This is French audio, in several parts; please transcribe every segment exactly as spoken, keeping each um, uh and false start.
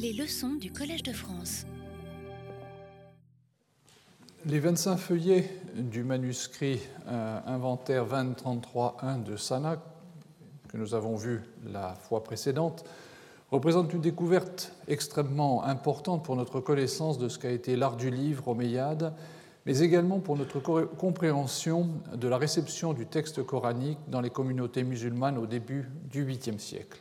Les leçons du Collège de France. Les vingt-cinq feuillets du manuscrit euh, Inventaire vingt trente-trois un de Sana, que nous avons vu la fois précédente, représentent une découverte extrêmement importante pour notre connaissance de ce qu'a été l'art du livre omeyyade, mais également pour notre compréhension de la réception du texte coranique dans les communautés musulmanes au début du huitième siècle.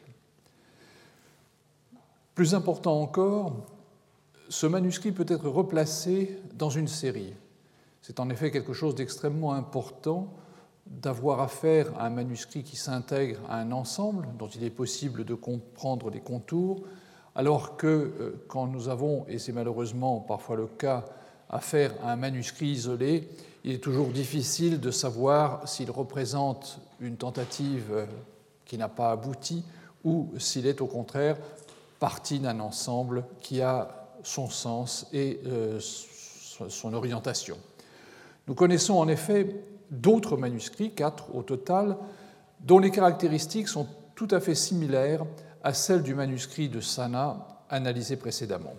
Plus important encore, ce manuscrit peut être replacé dans une série. C'est en effet quelque chose d'extrêmement important d'avoir affaire à un manuscrit qui s'intègre à un ensemble dont il est possible de comprendre les contours, alors que quand nous avons, et c'est malheureusement parfois le cas, affaire à un manuscrit isolé, il est toujours difficile de savoir s'il représente une tentative qui n'a pas abouti ou s'il est au contraire partie d'un ensemble qui a son sens et euh, son orientation. Nous connaissons en effet d'autres manuscrits, quatre au total, dont les caractéristiques sont tout à fait similaires à celles du manuscrit de Sana analysé précédemment.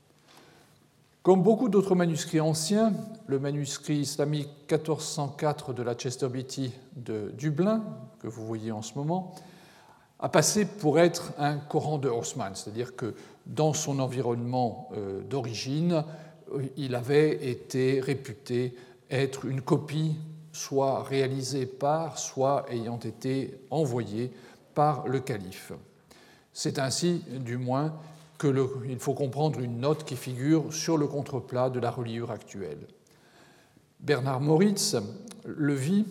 Comme beaucoup d'autres manuscrits anciens, le manuscrit islamique quatorze cent quatre de la Chester Beatty de Dublin, que vous voyez en ce moment, a passé pour être un Coran de Osman, c'est-à-dire que dans son environnement d'origine, il avait été réputé être une copie soit réalisée par, soit ayant été envoyée par le calife. C'est ainsi, du moins, qu'il faut comprendre une note qui figure sur le contreplat de la reliure actuelle. Bernard Moritz le vit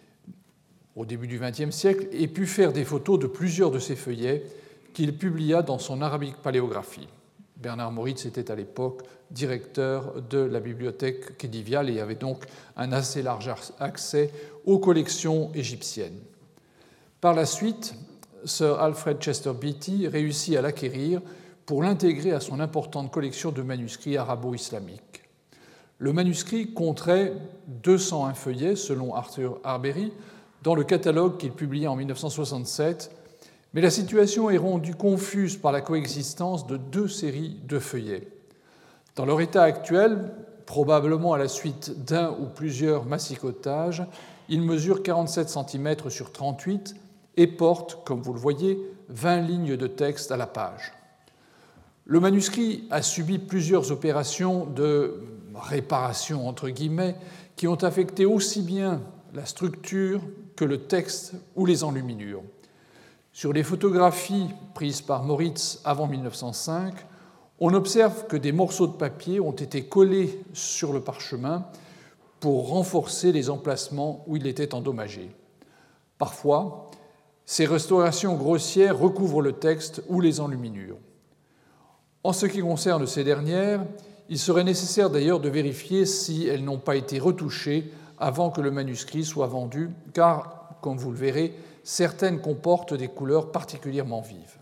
au début du vingtième siècle et put faire des photos de plusieurs de ces feuillets qu'il publia dans son Arabic Paléographie. Bernard Moritz était à l'époque directeur de la bibliothèque Khedivial et avait donc un assez large accès aux collections égyptiennes. Par la suite, Sir Alfred Chester Beatty réussit à l'acquérir pour l'intégrer à son importante collection de manuscrits arabo-islamiques. Le manuscrit compterait deux cent un feuillets, selon Arthur Arbery, dans le catalogue qu'il publia en mille neuf cent soixante-sept, mais la situation est rendue confuse par la coexistence de deux séries de feuillets. Dans leur état actuel, probablement à la suite d'un ou plusieurs massicotages, ils mesurent quarante-sept centimètres sur trente-huit et portent, comme vous le voyez, vingt lignes de texte à la page. Le manuscrit a subi plusieurs opérations de réparation, entre guillemets, qui ont affecté aussi bien la structure que le texte ou les enluminures. Sur les photographies prises par Moritz avant mille neuf cent cinq, on observe que des morceaux de papier ont été collés sur le parchemin pour renforcer les emplacements où il était endommagé. Parfois, ces restaurations grossières recouvrent le texte ou les enluminures. En ce qui concerne ces dernières, il serait nécessaire d'ailleurs de vérifier si elles n'ont pas été retouchées avant que le manuscrit soit vendu, car, comme vous le verrez, certaines comportent des couleurs particulièrement vives.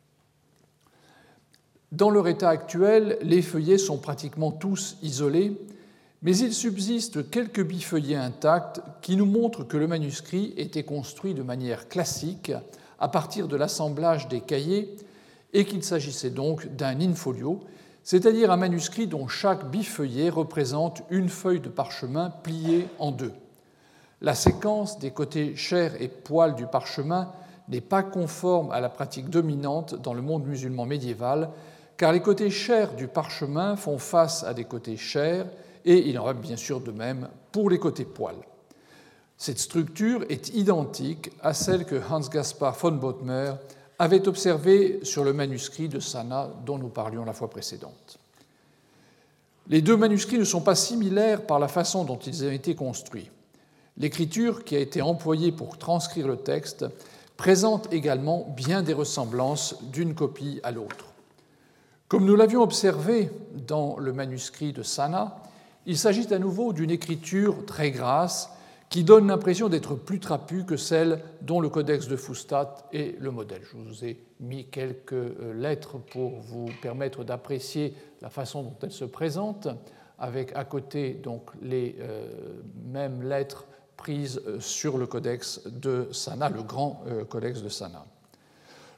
Dans leur état actuel, les feuillets sont pratiquement tous isolés, mais il subsiste quelques bifeuillets intacts qui nous montrent que le manuscrit était construit de manière classique à partir de l'assemblage des cahiers et qu'il s'agissait donc d'un in-folio, c'est-à-dire un manuscrit dont chaque bifeuillet représente une feuille de parchemin pliée en deux. La séquence des côtés chair et poil du parchemin n'est pas conforme à la pratique dominante dans le monde musulman médiéval, car les côtés chair du parchemin font face à des côtés chair, et il en va bien sûr de même pour les côtés poil. Cette structure est identique à celle que Hans Gaspar von Bothmer avait observée sur le manuscrit de Sana dont nous parlions la fois précédente. Les deux manuscrits ne sont pas similaires par la façon dont ils ont été construits. L'écriture qui a été employée pour transcrire le texte présente également bien des ressemblances d'une copie à l'autre. Comme nous l'avions observé dans le manuscrit de Sana, il s'agit à nouveau d'une écriture très grasse qui donne l'impression d'être plus trapue que celle dont le codex de Fustat est le modèle. Je vous ai mis quelques lettres pour vous permettre d'apprécier la façon dont elles se présentent, avec à côté donc les euh, mêmes lettres prises sur le codex de Sana, le grand euh, codex de Sana.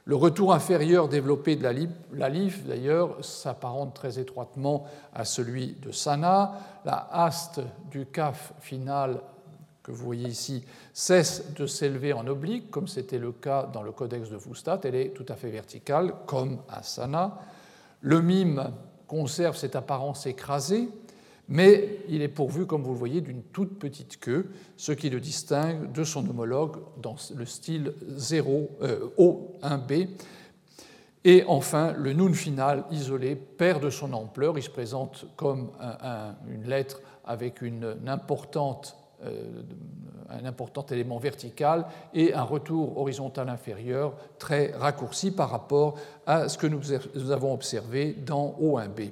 Le retour inférieur développé de l'alif, d'ailleurs, s'apparente très étroitement à celui de Sana. La haste du kaf final, que vous voyez ici, cesse de s'élever en oblique, comme c'était le cas dans le codex de Fustat. Elle est tout à fait verticale, comme à Sana. Le mime conserve cette apparence écrasée, mais il est pourvu, comme vous le voyez, d'une toute petite queue, ce qui le distingue de son homologue dans le style zéro, euh, O un B. Et enfin, le nun final isolé perd de son ampleur. Il se présente comme un, un, une lettre avec une, une importante, euh, un important élément vertical et un retour horizontal inférieur très raccourci par rapport à ce que nous, nous avons observé dans O un B.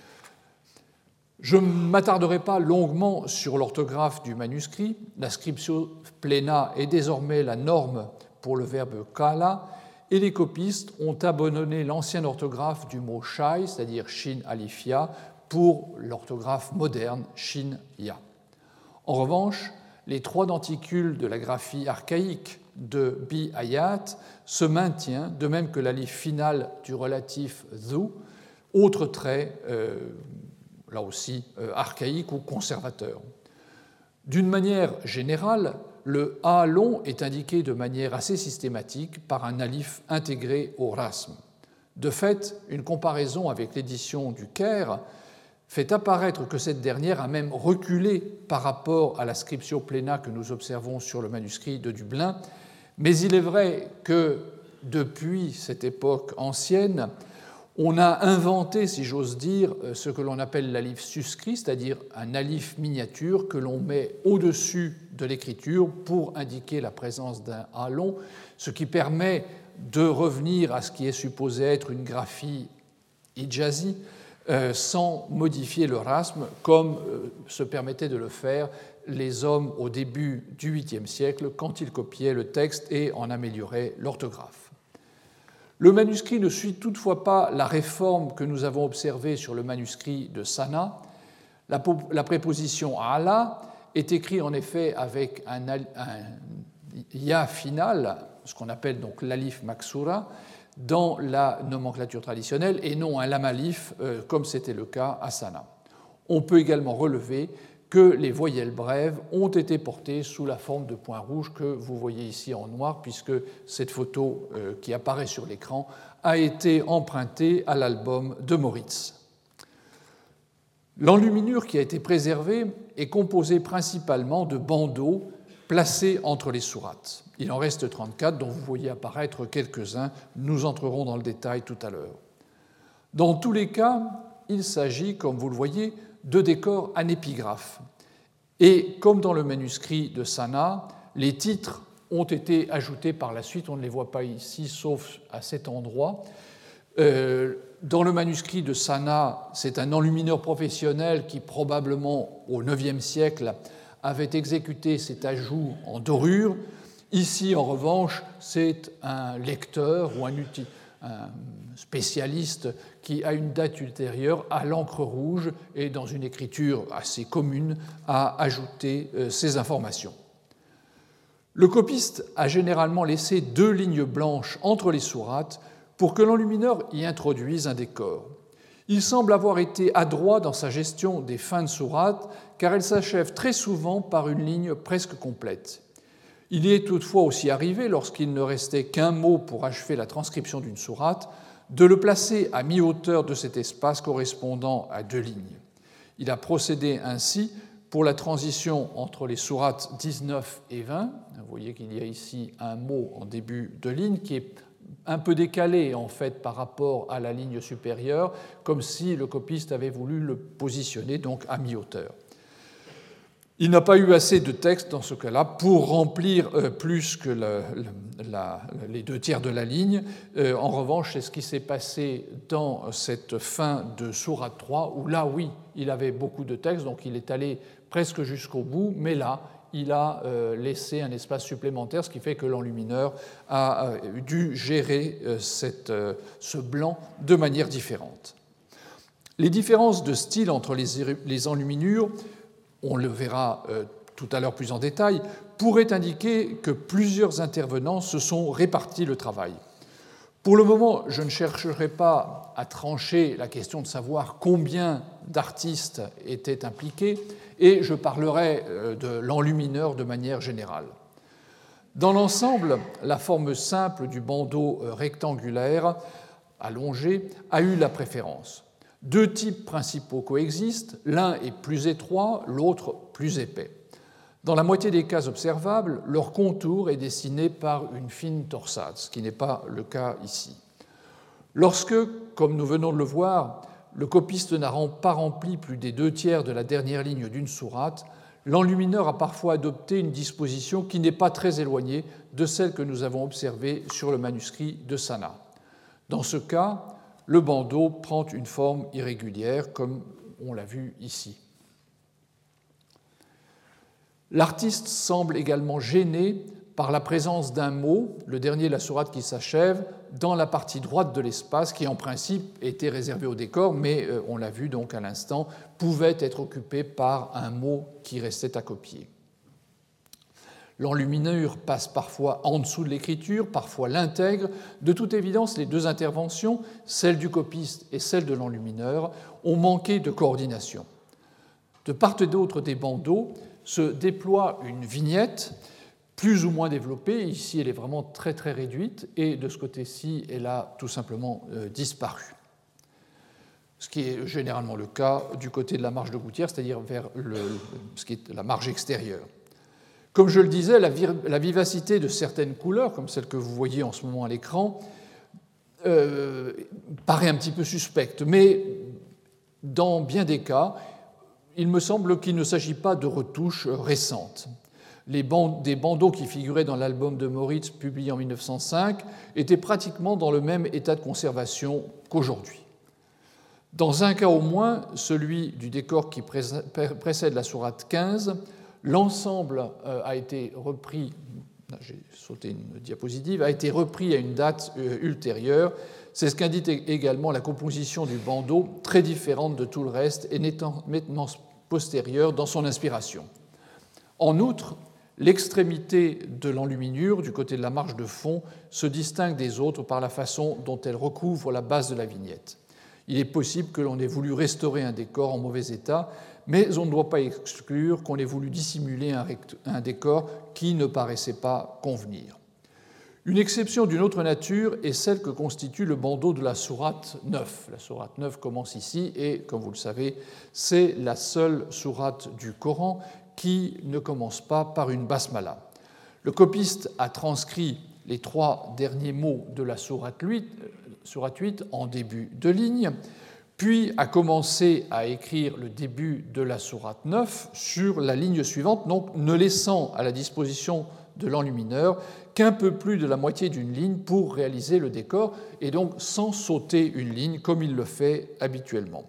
Je ne m'attarderai pas longuement sur l'orthographe du manuscrit. La scriptio plena est désormais la norme pour le verbe kala, et les copistes ont abandonné l'ancienne orthographe du mot shai, c'est-à-dire shin alifia, pour l'orthographe moderne shin ya. En revanche, les trois denticules de la graphie archaïque de bi ayat se maintient, de même que l'alif final du relatif zu, autre trait euh, là aussi euh, archaïque ou conservateur. D'une manière générale, le A long est indiqué de manière assez systématique par un alif intégré au rasm. De fait, une comparaison avec l'édition du Caire fait apparaître que cette dernière a même reculé par rapport à la scriptio plena que nous observons sur le manuscrit de Dublin, mais il est vrai que depuis cette époque ancienne, on a inventé, si j'ose dire, ce que l'on appelle l'alif suscrit, c'est-à-dire un alif miniature que l'on met au-dessus de l'écriture pour indiquer la présence d'un A long, ce qui permet de revenir à ce qui est supposé être une graphie hijazi euh, sans modifier le rasm, comme euh, se permettaient de le faire les hommes au début du huitième siècle quand ils copiaient le texte et en amélioraient l'orthographe. Le manuscrit ne suit toutefois pas la réforme que nous avons observée sur le manuscrit de Sana. La, la préposition ala est écrite en effet avec un, un ya final, ce qu'on appelle donc l'alif maksura, dans la nomenclature traditionnelle, et non un lam alif, euh, comme c'était le cas à Sana. On peut également relever que les voyelles brèves ont été portées sous la forme de points rouges que vous voyez ici en noir, puisque cette photo euh, qui apparaît sur l'écran a été empruntée à l'album de Moritz. L'enluminure qui a été préservée est composée principalement de bandeaux placés entre les sourates. Il en reste trente-quatre, dont vous voyez apparaître quelques-uns. Nous entrerons dans le détail tout à l'heure. Dans tous les cas, il s'agit, comme vous le voyez, de décors anépigraphes. Et comme dans le manuscrit de Sana, les titres ont été ajoutés par la suite, on ne les voit pas ici, sauf à cet endroit. Euh, dans le manuscrit de Sana, c'est un enlumineur professionnel qui, probablement au neuvième siècle, avait exécuté cet ajout en dorure. Ici, en revanche, c'est un lecteur ou un, un spécialiste qui, à une date ultérieure, à l'encre rouge et dans une écriture assez commune, a ajouté ces informations. Le copiste a généralement laissé deux lignes blanches entre les sourates pour que l'enlumineur y introduise un décor. Il semble avoir été adroit dans sa gestion des fins de sourates, car elles s'achèvent très souvent par une ligne presque complète. Il y est toutefois aussi arrivé, lorsqu'il ne restait qu'un mot pour achever la transcription d'une sourate, de le placer à mi-hauteur de cet espace correspondant à deux lignes. Il a procédé ainsi pour la transition entre les sourates dix-neuf et vingt. Vous voyez qu'il y a ici un mot en début de ligne qui est un peu décalé en fait par rapport à la ligne supérieure, comme si le copiste avait voulu le positionner donc à mi-hauteur. Il n'a pas eu assez de texte dans ce cas-là pour remplir euh, plus que la, la, les deux tiers de la ligne. Euh, en revanche, c'est ce qui s'est passé dans cette fin de sourate trois, où là, oui, il avait beaucoup de texte, donc il est allé presque jusqu'au bout, mais là, il a euh, laissé un espace supplémentaire, ce qui fait que l'enlumineur a euh, dû gérer euh, cette, euh, ce blanc de manière différente. Les différences de style entre les, les enluminures, on le verra euh, tout à l'heure plus en détail, pourraient indiquer que plusieurs intervenants se sont répartis le travail. Pour le moment, je ne chercherai pas à trancher la question de savoir combien d'artistes étaient impliqués, et je parlerai de l'enlumineur de manière générale. Dans l'ensemble, la forme simple du bandeau rectangulaire allongé a eu la préférence. Deux types principaux coexistent, l'un est plus étroit, l'autre plus épais. Dans la moitié des cas observables, leur contour est dessiné par une fine torsade, ce qui n'est pas le cas ici. Lorsque, comme nous venons de le voir, le copiste n'a pas rempli plus des deux tiers de la dernière ligne d'une sourate, l'enlumineur a parfois adopté une disposition qui n'est pas très éloignée de celle que nous avons observée sur le manuscrit de Sanna. Dans ce cas, le bandeau prend une forme irrégulière, comme on l'a vu ici. L'artiste semble également gêné par la présence d'un mot, le dernier de la sourate qui s'achève, dans la partie droite de l'espace, qui en principe était réservé au décor, mais euh, on l'a vu donc à l'instant, pouvait être occupé par un mot qui restait à copier. L'enluminure passe parfois en dessous de l'écriture, parfois l'intègre. De toute évidence, les deux interventions, celle du copiste et celle de l'enlumineur, ont manqué de coordination. De part et d'autre des bandeaux se déploie une vignette plus ou moins développée. Ici, elle est vraiment très très réduite, et de ce côté-ci, elle a tout simplement euh, disparu. Ce qui est généralement le cas du côté de la marge de gouttière, c'est-à-dire vers le, ce qui est la marge extérieure. Comme je le disais, la, la vivacité de certaines couleurs, comme celle que vous voyez en ce moment à l'écran, euh, paraît un petit peu suspecte, mais dans bien des cas, il me semble qu'il ne s'agit pas de retouches récentes. Les bandes, des bandeaux qui figuraient dans l'album de Moritz publié en mille neuf cent cinq étaient pratiquement dans le même état de conservation qu'aujourd'hui. Dans un cas au moins, celui du décor qui précède la sourate quinze, l'ensemble a été repris, j'ai sauté une diapositive, a été repris à une date ultérieure. C'est ce qu'indique également la composition du bandeau, très différente de tout le reste et nettement postérieure dans son inspiration. En outre, l'extrémité de l'enluminure, du côté de la marge de fond, se distingue des autres par la façon dont elle recouvre la base de la vignette. Il est possible que l'on ait voulu restaurer un décor en mauvais état, mais on ne doit pas exclure qu'on ait voulu dissimuler un, un décor qui ne paraissait pas convenir. Une exception d'une autre nature est celle que constitue le bandeau de la sourate neuf. La sourate neuf commence ici et, comme vous le savez, c'est la seule sourate du Coran qui ne commence pas par une basmala. Le copiste a transcrit les trois derniers mots de la sourate huit en début de ligne, puis a commencé à écrire le début de la sourate neuf sur la ligne suivante, donc ne laissant à la disposition de l'enlumineur qu'un peu plus de la moitié d'une ligne pour réaliser le décor, et donc sans sauter une ligne comme il le fait habituellement.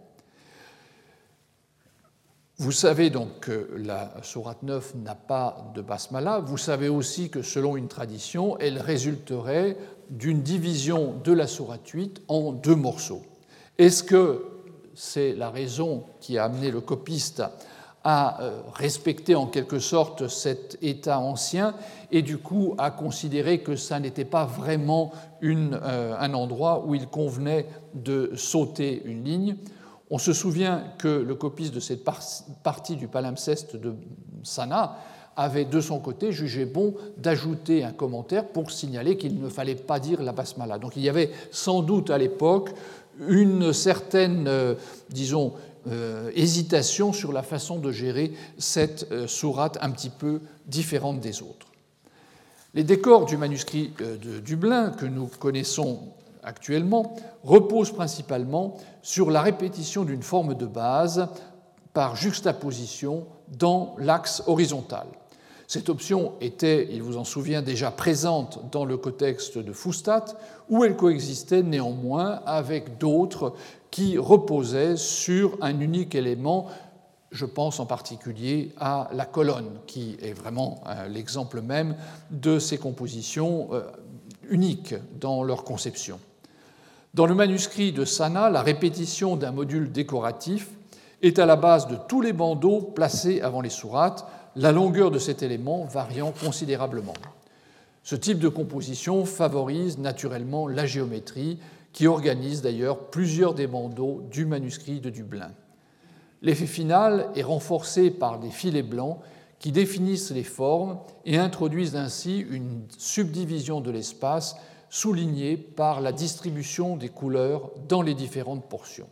Vous savez donc que la sourate neuf n'a pas de basmala. Vous savez aussi que selon une tradition, elle résulterait d'une division de la sourate huit en deux morceaux. Est-ce que c'est la raison qui a amené le copiste à respecter en quelque sorte cet état ancien et du coup à considérer que ça n'était pas vraiment une, euh, un endroit où il convenait de sauter une ligne? On se souvient que le copiste de cette partie du palimpseste de Sanna avait de son côté jugé bon d'ajouter un commentaire pour signaler qu'il ne fallait pas dire la basmala. Donc il y avait sans doute à l'époque une certaine, euh, disons, euh, hésitation sur la façon de gérer cette euh, sourate un petit peu différente des autres. Les décors du manuscrit euh, de Dublin que nous connaissons actuellement reposent principalement sur la répétition d'une forme de base par juxtaposition dans l'axe horizontal. Cette option était, il vous en souvient, déjà présente dans le codex de Fustat, où elle coexistait néanmoins avec d'autres qui reposaient sur un unique élément. Je pense en particulier à la colonne, qui est vraiment l'exemple même de ces compositions uniques dans leur conception. Dans le manuscrit de Sanna, la répétition d'un module décoratif est à la base de tous les bandeaux placés avant les sourates, la longueur de cet élément variant considérablement. Ce type de composition favorise naturellement la géométrie, qui organise d'ailleurs plusieurs des bandeaux du manuscrit de Dublin. L'effet final est renforcé par des filets blancs qui définissent les formes et introduisent ainsi une subdivision de l'espace soulignée par la distribution des couleurs dans les différentes portions.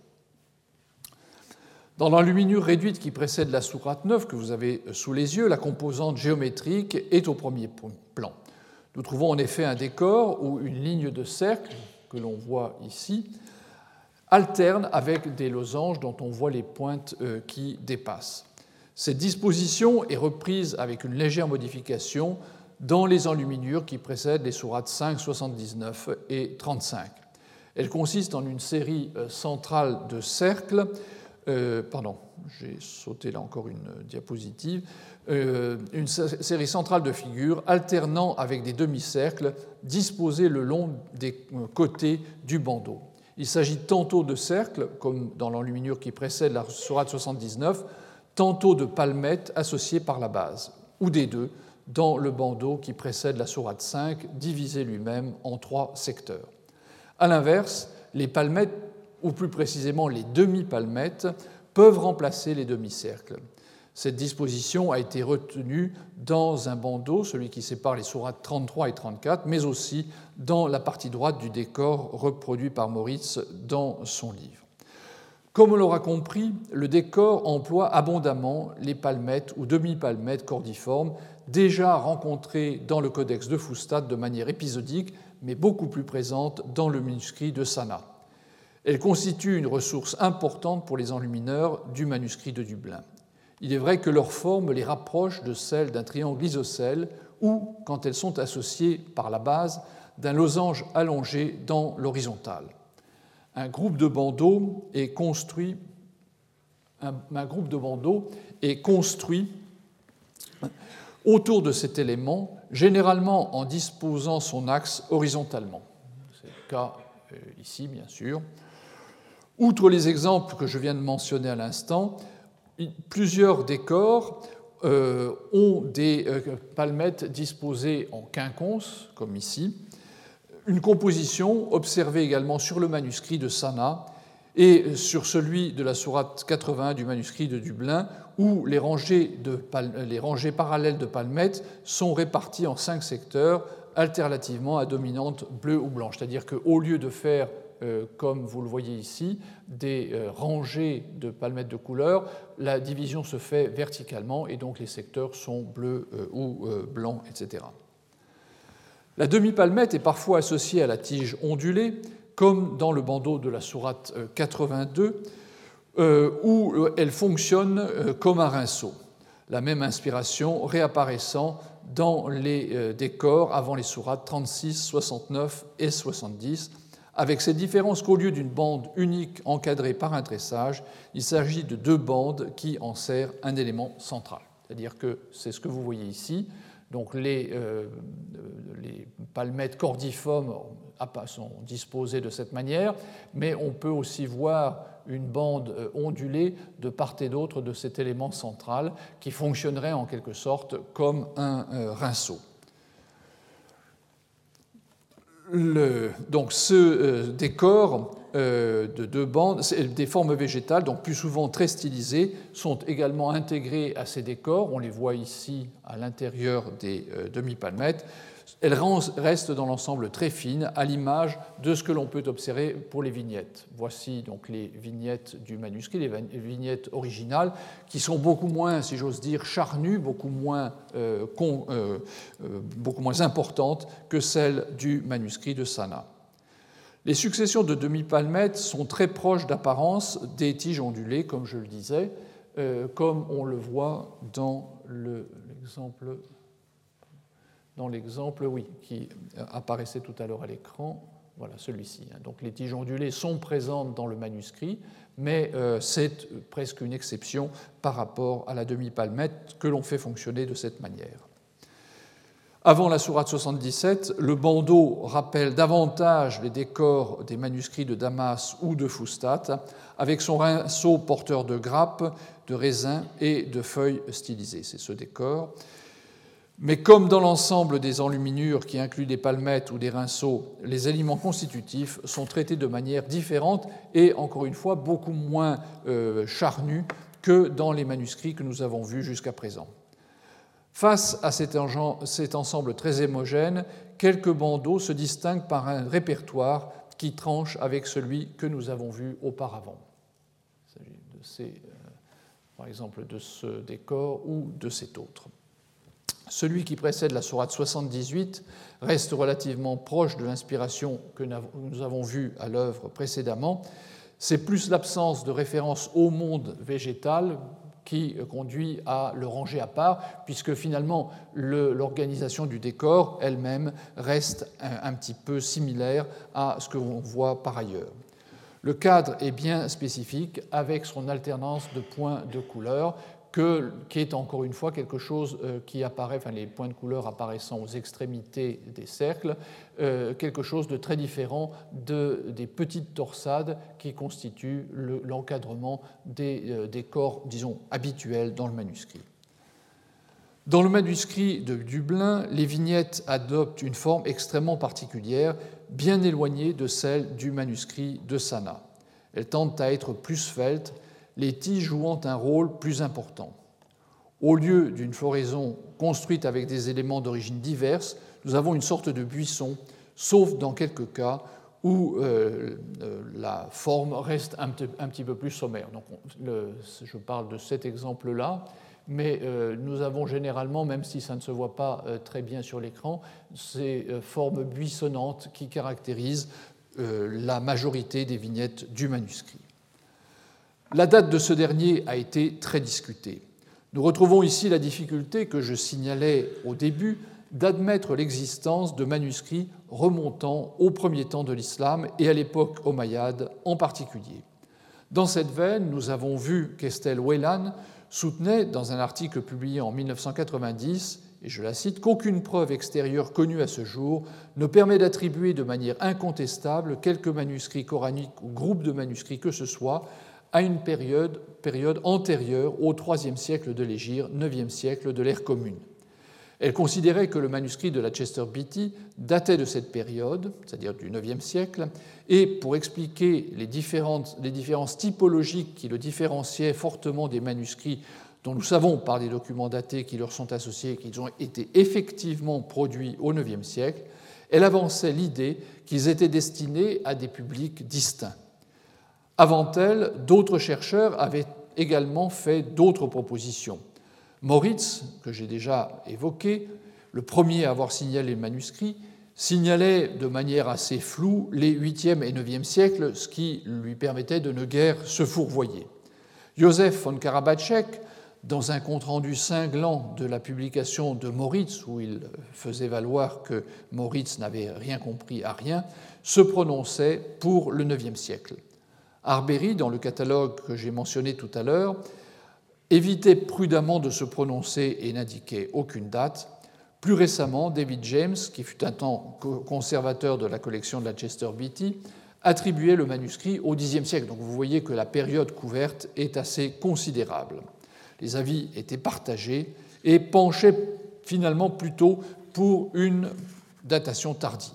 Dans l'enluminure réduite qui précède la sourate neuf que vous avez sous les yeux, la composante géométrique est au premier plan. Nous trouvons en effet un décor où une ligne de cercle, que l'on voit ici, alterne avec des losanges dont on voit les pointes qui dépassent. Cette disposition est reprise avec une légère modification dans les enluminures qui précèdent les sourates cinq, soixante-dix-neuf et trente-cinq. Elle consiste en une série centrale de cercles. Euh, pardon, j'ai sauté là encore une diapositive. Euh, une série centrale de figures alternant avec des demi-cercles disposés le long des côtés du bandeau. Il s'agit tantôt de cercles, comme dans l'enluminure qui précède la sourate soixante-dix-neuf, tantôt de palmettes associées par la base, ou des deux, dans le bandeau qui précède la sourate cinq, divisé lui-même en trois secteurs. A l'inverse, les palmettes, ou plus précisément les demi-palmettes, peuvent remplacer les demi-cercles. Cette disposition a été retenue dans un bandeau, celui qui sépare les sourates trente-trois et trente-quatre, mais aussi dans la partie droite du décor reproduit par Moritz dans son livre. Comme on l'aura compris, le décor emploie abondamment les palmettes ou demi-palmettes cordiformes, déjà rencontrées dans le codex de Fustat de manière épisodique, mais beaucoup plus présentes dans le manuscrit de Sanna. Elles constituent une ressource importante pour les enlumineurs du manuscrit de Dublin. Il est vrai que leur forme les rapproche de celle d'un triangle isocèle ou, quand elles sont associées par la base, d'un losange allongé dans l'horizontale. Un groupe de bandeaux est construit, un, un groupe de bandeaux est construit autour de cet élément, généralement en disposant son axe horizontalement. C'est le cas euh, ici, bien sûr. Outre les exemples que je viens de mentionner à l'instant, plusieurs décors euh, ont des euh, palmettes disposées en quinconce, comme ici. Une composition observée également sur le manuscrit de Sanna et sur celui de la sourate quatre-vingt-un du manuscrit de Dublin, où les rangées, de pal- les rangées parallèles de palmettes sont réparties en cinq secteurs, alternativement à dominante bleue ou blanche. C'est-à-dire qu'au lieu de faire Euh, comme vous le voyez ici, des euh, rangées de palmettes de couleur, la division se fait verticalement et donc les secteurs sont bleus euh, ou euh, blancs, et cetera. La demi-palmette est parfois associée à la tige ondulée, comme dans le bandeau de la sourate quatre-vingt-deux, euh, où elle fonctionne euh, comme un rinceau. La même inspiration réapparaissant dans les euh, décors avant les sourates trente-six, soixante-neuf et soixante-dix, avec cette différence qu'au lieu d'une bande unique encadrée par un tressage, il s'agit de deux bandes qui en serrent un élément central. C'est-à-dire que c'est ce que vous voyez ici. Donc les, euh, les palmettes cordiformes sont disposées de cette manière, mais on peut aussi voir une bande ondulée de part et d'autre de cet élément central qui fonctionnerait en quelque sorte comme un euh, rinceau. Le, donc ce euh, décor euh, de deux bandes, des formes végétales, donc plus souvent très stylisées, sont également intégrées à ces décors. On les voit ici à l'intérieur des euh, demi-palmettes. Elles restent dans l'ensemble très fines, à l'image de ce que l'on peut observer pour les vignettes. Voici donc les vignettes du manuscrit, les vignettes originales, qui sont beaucoup moins, si j'ose dire, charnues, beaucoup moins, euh, con, euh, euh, beaucoup moins importantes que celles du manuscrit de Sanna. Les successions de demi-palmettes sont très proches d'apparence des tiges ondulées, comme je le disais, euh, comme on le voit dans le, l'exemple... dans l'exemple, oui, qui apparaissait tout à l'heure à l'écran, voilà celui-ci. Donc les tiges ondulées sont présentes dans le manuscrit, mais euh, c'est presque une exception par rapport à la demi-palmette que l'on fait fonctionner de cette manière. Avant la sourate soixante-dix-sept, le bandeau rappelle davantage les décors des manuscrits de Damas ou de Fustat, avec son rinceau porteur de grappes, de raisins et de feuilles stylisées. C'est ce décor. Mais comme dans l'ensemble des enluminures qui incluent des palmettes ou des rinceaux, les éléments constitutifs sont traités de manière différente et, encore une fois, beaucoup moins euh, charnus que dans les manuscrits que nous avons vus jusqu'à présent. Face à cet, cet ensemble très homogène, quelques bandeaux se distinguent par un répertoire qui tranche avec celui que nous avons vu auparavant. Il s'agit de ces, euh, par exemple de ce décor ou de cet autre. Celui qui précède la sourate soixante-dix-huit reste relativement proche de l'inspiration que nous avons vue à l'œuvre précédemment. C'est plus l'absence de référence au monde végétal qui conduit à le ranger à part, puisque finalement le, l'organisation du décor elle-même reste un, un petit peu similaire à ce que l'on voit par ailleurs. Le cadre est bien spécifique avec son alternance de points de couleur, que, qui est encore une fois quelque chose qui apparaît, enfin les points de couleur apparaissant aux extrémités des cercles, euh, quelque chose de très différent de, des petites torsades qui constituent le, l'encadrement des euh, décors, disons, habituels dans le manuscrit. Dans le manuscrit de Dublin, les vignettes adoptent une forme extrêmement particulière, bien éloignée de celle du manuscrit de Sanaa. Elles tendent à être plus sveltes, les tiges jouant un rôle plus important. Au lieu d'une floraison construite avec des éléments d'origine diverse, nous avons une sorte de buisson, sauf dans quelques cas où euh, la forme reste un, un petit peu plus sommaire. Donc, le, je parle de cet exemple-là, mais euh, nous avons généralement, même si ça ne se voit pas euh, très bien sur l'écran, ces euh, formes buissonnantes qui caractérisent euh, la majorité des vignettes du manuscrit. La date de ce dernier a été très discutée. Nous retrouvons ici la difficulté que je signalais au début d'admettre l'existence de manuscrits remontant au premier temps de l'islam et à l'époque omeyyade en particulier. Dans cette veine, nous avons vu qu'Estelle Whelan soutenait dans un article publié en mille neuf cent quatre-vingt-dix, et je la cite, qu'aucune preuve extérieure connue à ce jour ne permet d'attribuer de manière incontestable quelque manuscrit coranique ou groupe de manuscrits que ce soit à une période, période antérieure au troisième siècle de l'Hégire, neuvième siècle de l'ère commune. Elle considérait que le manuscrit de la Chester Beatty datait de cette période, c'est-à-dire du neuvième siècle, et pour expliquer les, différentes, les différences typologiques qui le différenciaient fortement des manuscrits dont nous savons par les documents datés qui leur sont associés qu'ils ont été effectivement produits au neuvième siècle, elle avançait l'idée qu'ils étaient destinés à des publics distincts. Avant elle, d'autres chercheurs avaient également fait d'autres propositions. Moritz, que j'ai déjà évoqué, le premier à avoir signalé le manuscrit, signalait de manière assez floue les huitième et neuvième siècles, ce qui lui permettait de ne guère se fourvoyer. Joseph von Karabatchek, dans un compte-rendu cinglant de la publication de Moritz, où il faisait valoir que Moritz n'avait rien compris à rien, se prononçait pour le neuvième siècle. Arbery, dans le catalogue que j'ai mentionné tout à l'heure, évitait prudemment de se prononcer et n'indiquait aucune date. Plus récemment, David James, qui fut un temps conservateur de la collection de la Chester Beatty, attribuait le manuscrit au dixième siècle. Donc vous voyez que la période couverte est assez considérable. Les avis étaient partagés et penchaient finalement plutôt pour une datation tardive.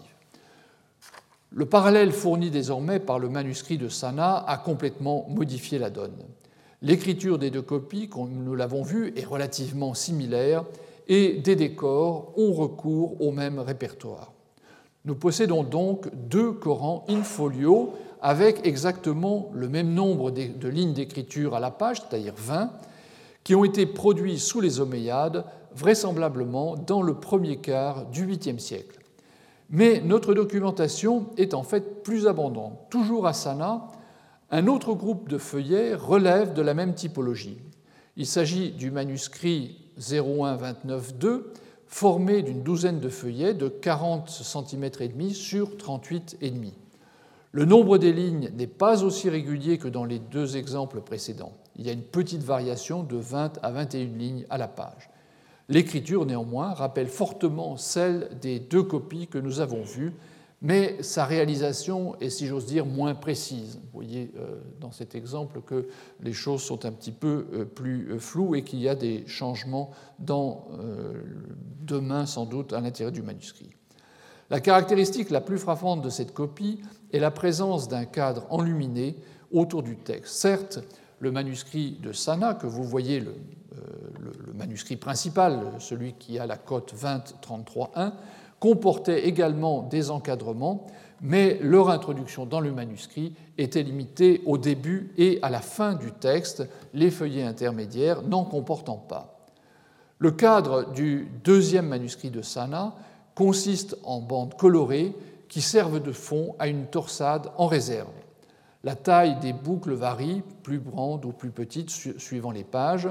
Le parallèle fourni désormais par le manuscrit de Sanaa a complètement modifié la donne. L'écriture des deux copies, comme nous l'avons vu, est relativement similaire et des décors ont recours au même répertoire. Nous possédons donc deux Corans in folio avec exactement le même nombre de lignes d'écriture à la page, c'est-à-dire vingt, qui ont été produits sous les Omeyyades, vraisemblablement dans le premier quart du huitième siècle. Mais notre documentation est en fait plus abondante. Toujours à Sanaa, un autre groupe de feuillets relève de la même typologie. Il s'agit du manuscrit zéro un vingt-neuf deux, formé d'une douzaine de feuillets de quarante centimètres et demi sur trente-huit virgule cinq. Le nombre des lignes n'est pas aussi régulier que dans les deux exemples précédents. Il y a une petite variation de vingt à vingt et une lignes à la page. L'écriture, néanmoins, rappelle fortement celle des deux copies que nous avons vues, mais sa réalisation est, si j'ose dire, moins précise. Vous voyez euh, dans cet exemple que les choses sont un petit peu euh, plus euh, floues et qu'il y a des changements dans, euh, demain sans doute à l'intérieur du manuscrit. La caractéristique la plus frappante de cette copie est la présence d'un cadre enluminé autour du texte. Certes, le manuscrit de Sana, que vous voyez, le, euh, le, le manuscrit principal, celui qui a la cote vingt trente-trois un, comportait également des encadrements, mais leur introduction dans le manuscrit était limitée au début et à la fin du texte, les feuillets intermédiaires n'en comportant pas. Le cadre du deuxième manuscrit de Sana consiste en bandes colorées qui servent de fond à une torsade en réserve. La taille des boucles varie, plus grande ou plus petite suivant les pages.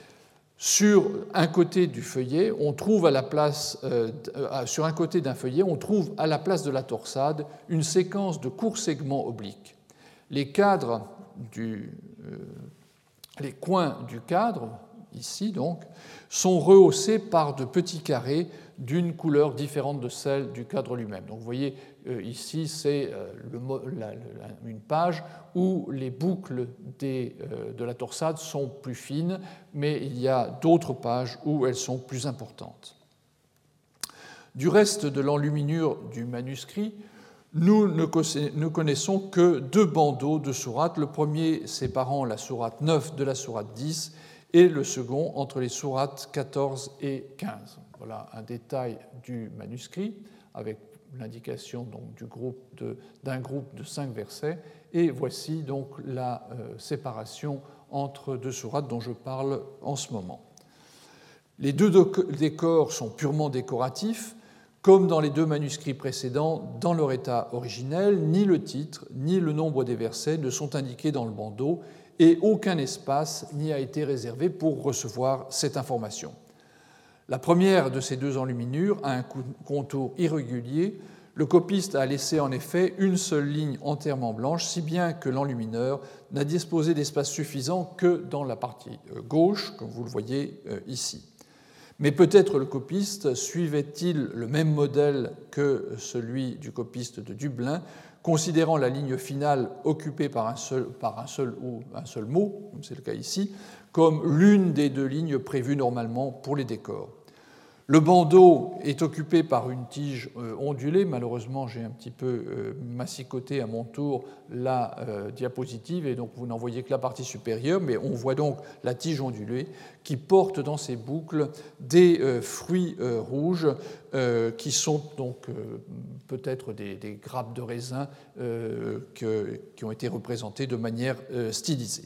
Sur un côté du feuillet, on trouve à la place, euh, sur un côté d'un feuillet, on trouve à la place de la torsade une séquence de courts segments obliques. Les cadres du, euh, les coins du cadre, ici donc, sont rehaussés par de petits carrés d'une couleur différente de celle du cadre lui-même. Donc vous voyez euh, ici, c'est euh, une page où les boucles des, euh, de la torsade sont plus fines, mais il y a d'autres pages où elles sont plus importantes. Du reste de l'enluminure du manuscrit, nous ne connaissons que deux bandeaux de sourates, le premier séparant la sourate neuf de la sourate dix et le second entre les sourates quatorze et quinze. Voilà un détail du manuscrit avec l'indication donc du groupe de, d'un groupe de cinq versets. Et voici donc la euh, séparation entre deux sourates dont je parle en ce moment. Les deux décors sont purement décoratifs. Comme dans les deux manuscrits précédents, dans leur état originel, ni le titre ni le nombre des versets ne sont indiqués dans le bandeau et aucun espace n'y a été réservé pour recevoir cette information. La première de ces deux enluminures a un contour irrégulier. Le copiste a laissé en effet une seule ligne entièrement blanche, si bien que l'enlumineur n'a disposé d'espace suffisant que dans la partie gauche, comme vous le voyez ici. Mais peut-être le copiste suivait-il le même modèle que celui du copiste de Dublin, considérant la ligne finale occupée par un seul, par un seul, ou un seul mot, comme c'est le cas ici, comme l'une des deux lignes prévues normalement pour les décors. Le bandeau est occupé par une tige ondulée. Malheureusement, j'ai un petit peu massicoté à mon tour la diapositive et donc vous n'en voyez que la partie supérieure, mais on voit donc la tige ondulée qui porte dans ses boucles des fruits rouges qui sont donc peut-être des, des grappes de raisin qui ont été représentées de manière stylisée.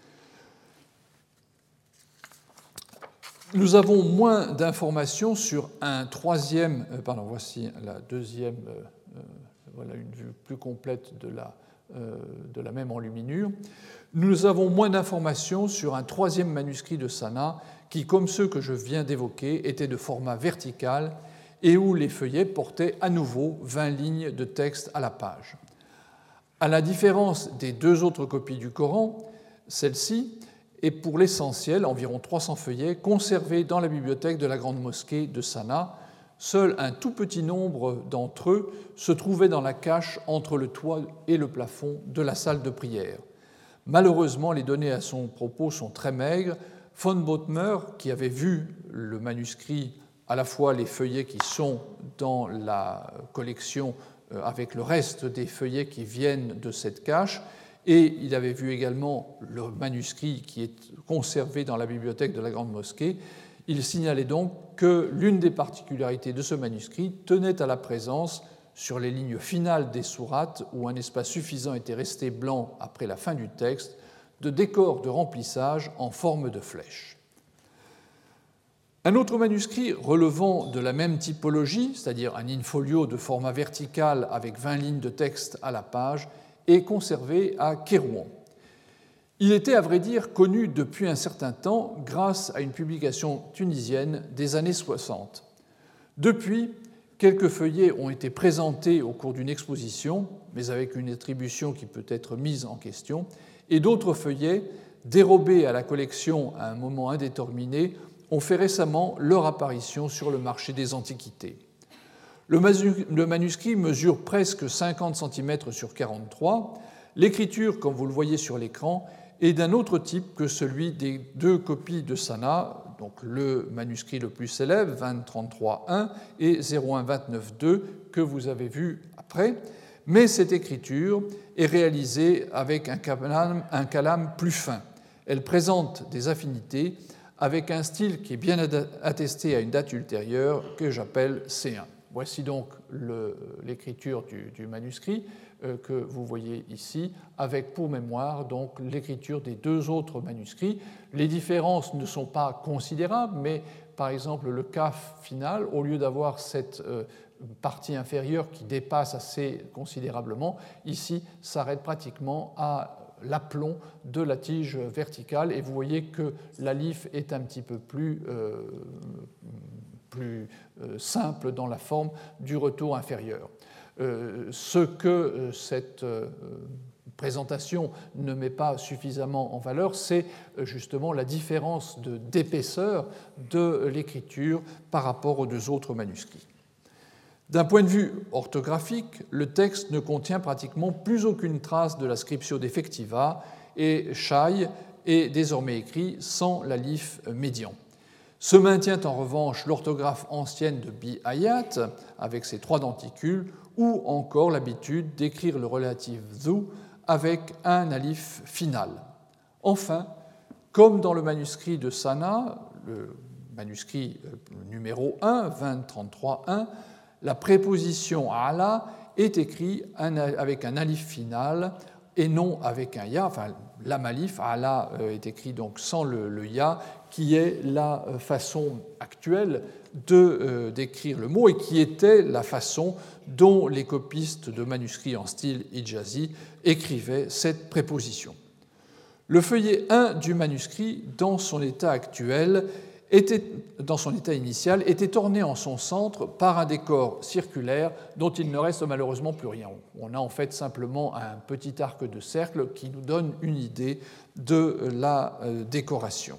Nous avons moins d'informations sur un troisième, euh, pardon, voici la deuxième, euh, voilà une vue plus complète de la, euh, de la même enluminure. Nous avons moins d'informations sur un troisième manuscrit de Sana qui, comme ceux que je viens d'évoquer, était de format vertical et où les feuillets portaient à nouveau vingt lignes de texte à la page. À la différence des deux autres copies du Coran, celle-ci est pour l'essentiel, environ trois cents feuillets, conservés dans la bibliothèque de la grande mosquée de Sana. Seul un tout petit nombre d'entre eux se trouvaient dans la cache entre le toit et le plafond de la salle de prière. Malheureusement, les données à son propos sont très maigres. Von Bothmer, qui avait vu le manuscrit, à la fois les feuillets qui sont dans la collection avec le reste des feuillets qui viennent de cette cache, et il avait vu également le manuscrit qui est conservé dans la bibliothèque de la Grande Mosquée. Il signalait donc que l'une des particularités de ce manuscrit tenait à la présence, sur les lignes finales des sourates, où un espace suffisant était resté blanc après la fin du texte, de décors de remplissage en forme de flèche. Un autre manuscrit relevant de la même typologie, c'est-à-dire un in-folio de format vertical avec vingt lignes de texte à la page, est conservé à Kérouan. Il était, à vrai dire, connu depuis un certain temps grâce à une publication tunisienne des années soixante. Depuis, quelques feuillets ont été présentés au cours d'une exposition, mais avec une attribution qui peut être mise en question, et d'autres feuillets, dérobés à la collection à un moment indéterminé, ont fait récemment leur apparition sur le marché des antiquités. Le manuscrit mesure presque cinquante centimètres sur quarante-trois. L'écriture, comme vous le voyez sur l'écran, est d'un autre type que celui des deux copies de Sana, donc le manuscrit le plus célèbre, vingt trente-trois un et zéro un vingt-neuf deux, que vous avez vu après. Mais cette écriture est réalisée avec un calame, un calame plus fin. Elle présente des affinités avec un style qui est bien attesté à une date ultérieure que j'appelle C un. Voici donc le, l'écriture du, du manuscrit euh, que vous voyez ici, avec pour mémoire donc l'écriture des deux autres manuscrits. Les différences ne sont pas considérables, mais par exemple le kaf final, au lieu d'avoir cette euh, partie inférieure qui dépasse assez considérablement, ici s'arrête pratiquement à l'aplomb de la tige verticale, et vous voyez que l'alif est un petit peu plus, euh, plus euh, simple dans la forme du retour inférieur. Euh, ce que euh, cette euh, présentation ne met pas suffisamment en valeur, c'est justement la différence de, d'épaisseur de l'écriture par rapport aux deux autres manuscrits. D'un point de vue orthographique, le texte ne contient pratiquement plus aucune trace de la scriptio defectiva et Shai est désormais écrit sans l'alif médian. Se maintient en revanche l'orthographe ancienne de Bi-Ayat avec ses trois denticules ou encore l'habitude d'écrire le relatif zu avec un alif final. Enfin, comme dans le manuscrit de Sana, le manuscrit numéro un, vingt trente-trois un, la préposition ala est écrite avec un alif final et non avec un ya. Enfin, lam alif, ala est écrit donc sans le, le ya, qui est la façon actuelle de, euh, d'écrire le mot et qui était la façon dont les copistes de manuscrits en style hijazi écrivaient cette préposition. Le feuillet un du manuscrit, dans son état actuel, était, dans son état initial, était orné en son centre par un décor circulaire dont il ne reste malheureusement plus rien. On a en fait simplement un petit arc de cercle qui nous donne une idée de la décoration.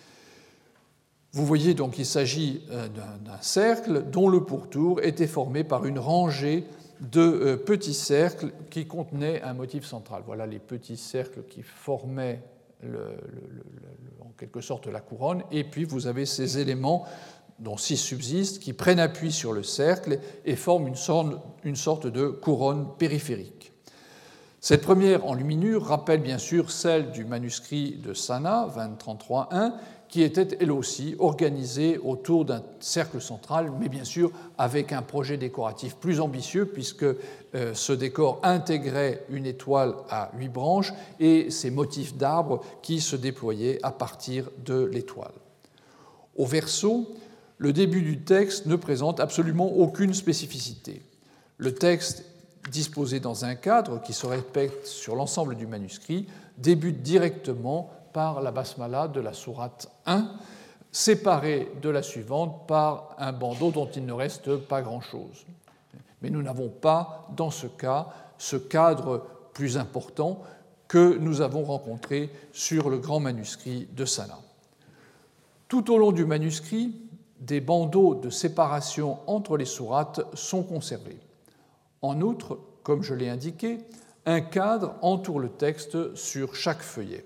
Vous voyez donc qu'il s'agit d'un cercle dont le pourtour était formé par une rangée de petits cercles qui contenaient un motif central. Voilà les petits cercles qui formaient Le, le, le, en quelque sorte la couronne, et puis vous avez ces éléments dont six subsistent qui prennent appui sur le cercle et forment une sorte, une sorte de couronne périphérique. Cette première enluminure rappelle bien sûr celle du manuscrit de Sana, vingt trente-trois un, qui était elle aussi organisée autour d'un cercle central, mais bien sûr avec un projet décoratif plus ambitieux, puisque euh, ce décor intégrait une étoile à huit branches et ces motifs d'arbres qui se déployaient à partir de l'étoile. Au verso, le début du texte ne présente absolument aucune spécificité. Le texte, disposé dans un cadre qui se répète sur l'ensemble du manuscrit, débute directement par la basmala de la sourate un, séparée de la suivante par un bandeau dont il ne reste pas grand-chose. Mais nous n'avons pas, dans ce cas, ce cadre plus important que nous avons rencontré sur le grand manuscrit de Sana. Tout au long du manuscrit, des bandeaux de séparation entre les sourates sont conservés. En outre, comme je l'ai indiqué, un cadre entoure le texte sur chaque feuillet.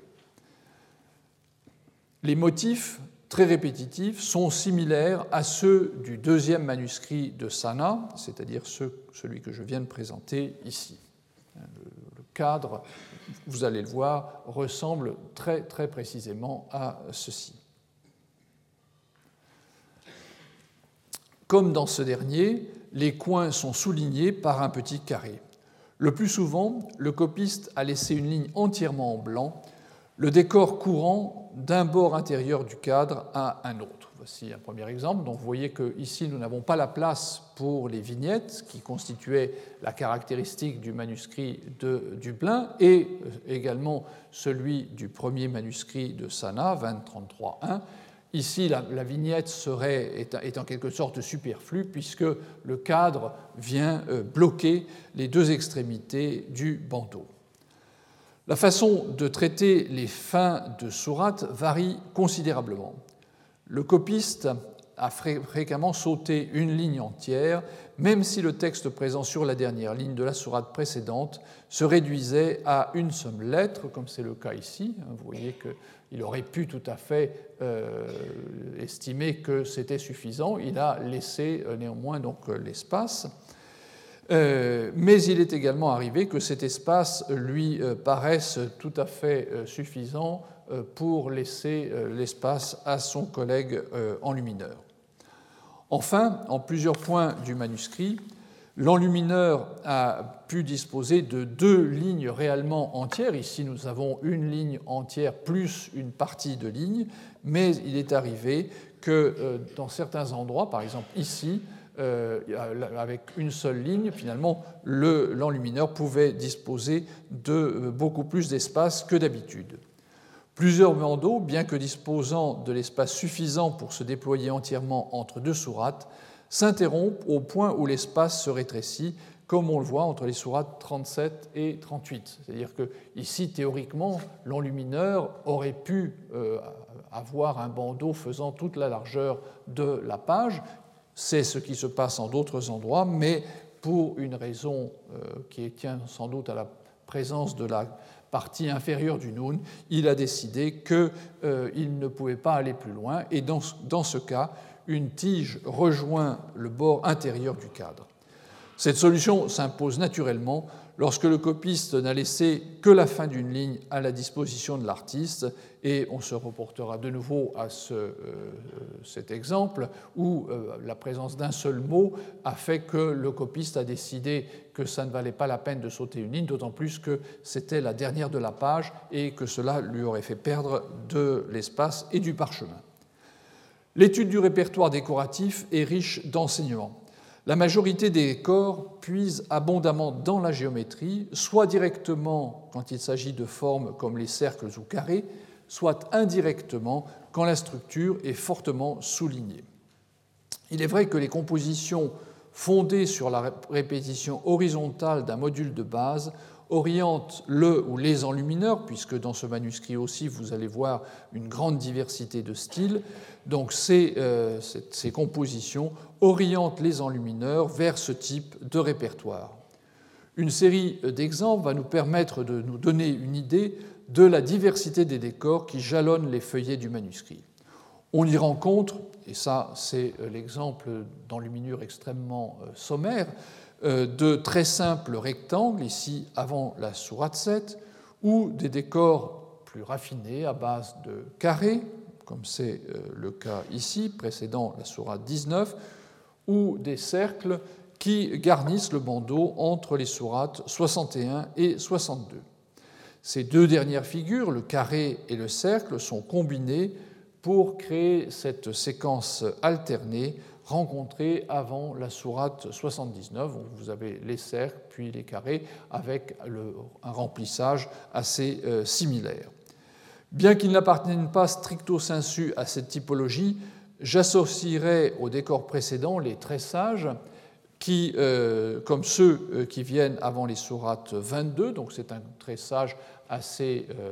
Les motifs, très répétitifs, sont similaires à ceux du deuxième manuscrit de Sana, c'est-à-dire celui que je viens de présenter ici. Le cadre, vous allez le voir, ressemble très, très précisément à ceci. Comme dans ce dernier, les coins sont soulignés par un petit carré. Le plus souvent, le copiste a laissé une ligne entièrement en blanc, le décor courant d'un bord intérieur du cadre à un autre. Voici un premier exemple. Donc vous voyez qu'ici, nous n'avons pas la place pour les vignettes qui constituaient la caractéristique du manuscrit de Dublin et également celui du premier manuscrit de Sana, vingt trente-trois un. Ici, la, la vignette serait, est, est en quelque sorte superflue puisque le cadre vient bloquer les deux extrémités du bandeau. La façon de traiter les fins de sourates varie considérablement. Le copiste a fréquemment sauté une ligne entière, même si le texte présent sur la dernière ligne de la sourate précédente se réduisait à une seule lettre, comme c'est le cas ici. Vous voyez qu'il aurait pu tout à fait euh, estimer que c'était suffisant. Il a laissé euh, néanmoins donc, l'espace. Euh, mais il est également arrivé que cet espace lui euh, paraisse tout à fait euh, suffisant euh, pour laisser euh, l'espace à son collègue euh, enlumineur. Enfin, en plusieurs points du manuscrit, l'enlumineur a pu disposer de deux lignes réellement entières. Ici, nous avons une ligne entière plus une partie de ligne, mais il est arrivé que euh, dans certains endroits, par exemple ici, Euh, avec une seule ligne, finalement, le, l'enlumineur pouvait disposer de beaucoup plus d'espace que d'habitude. Plusieurs bandeaux, bien que disposant de l'espace suffisant pour se déployer entièrement entre deux sourates, s'interrompent au point où l'espace se rétrécit, comme on le voit entre les sourates trente-sept et trente-huit. C'est-à-dire que ici, théoriquement, l'enlumineur aurait pu euh, avoir un bandeau faisant toute la largeur de la page. C'est ce qui se passe en d'autres endroits, mais pour une raison euh, qui tient sans doute à la présence de la partie inférieure du Noun, il a décidé qu'il euh, ne pouvait pas aller plus loin, et dans, dans ce cas, une tige rejoint le bord intérieur du cadre. Cette solution s'impose naturellement lorsque le copiste n'a laissé que la fin d'une ligne à la disposition de l'artiste, et on se reportera de nouveau à ce, euh, cet exemple où euh, la présence d'un seul mot a fait que le copiste a décidé que ça ne valait pas la peine de sauter une ligne, d'autant plus que c'était la dernière de la page et que cela lui aurait fait perdre de l'espace et du parchemin. L'étude du répertoire décoratif est riche d'enseignements. La majorité des décors puise abondamment dans la géométrie, soit directement quand il s'agit de formes comme les cercles ou carrés, soit indirectement quand la structure est fortement soulignée. Il est vrai que les compositions fondées sur la répétition horizontale d'un module de base orientent le ou les enlumineurs, puisque dans ce manuscrit aussi vous allez voir une grande diversité de styles. Donc ces, euh, ces compositions orientent les enlumineurs vers ce type de répertoire. Une série d'exemples va nous permettre de nous donner une idée de la diversité des décors qui jalonnent les feuillets du manuscrit. On y rencontre, et ça c'est l'exemple d'enluminure extrêmement sommaire, de très simples rectangles, ici avant la sourate sept, ou des décors plus raffinés à base de carrés, comme c'est le cas ici, précédant la sourate dix-neuf, ou des cercles qui garnissent le bandeau entre les sourates soixante et un et soixante-deux. Ces deux dernières figures, le carré et le cercle, sont combinées pour créer cette séquence alternée rencontrée avant la sourate soixante-dix-neuf. Vous avez les cercles puis les carrés avec le, un remplissage assez euh, similaire. Bien qu'ils n'appartiennent pas stricto sensu à cette typologie, j'associerai au décor précédent les tressages qui, euh, comme ceux qui viennent avant les sourates vingt-deux, donc c'est un tressage assez euh,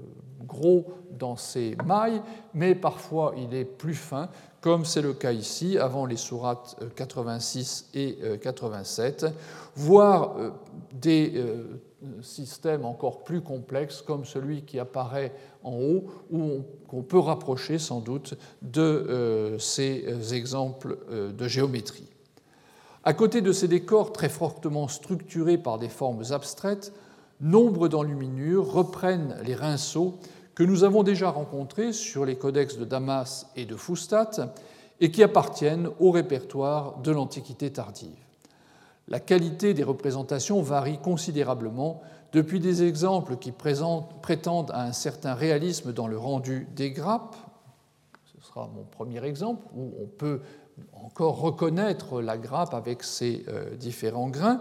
gros dans ses mailles, mais parfois il est plus fin, comme c'est le cas ici, avant les sourates quatre-vingt-six et quatre-vingt-sept, voire euh, des euh, systèmes encore plus complexes, comme celui qui apparaît en haut, où on, qu'on peut rapprocher sans doute de euh, ces exemples euh, de géométrie. À côté de ces décors très fortement structurés par des formes abstraites, nombre d'enluminures reprennent les rinceaux que nous avons déjà rencontrés sur les codex de Damas et de Fustat et qui appartiennent au répertoire de l'Antiquité tardive. La qualité des représentations varie considérablement, depuis des exemples qui prétendent à un certain réalisme dans le rendu des grappes, ce sera mon premier exemple, où on peut encore reconnaître la grappe avec ses euh, différents grains,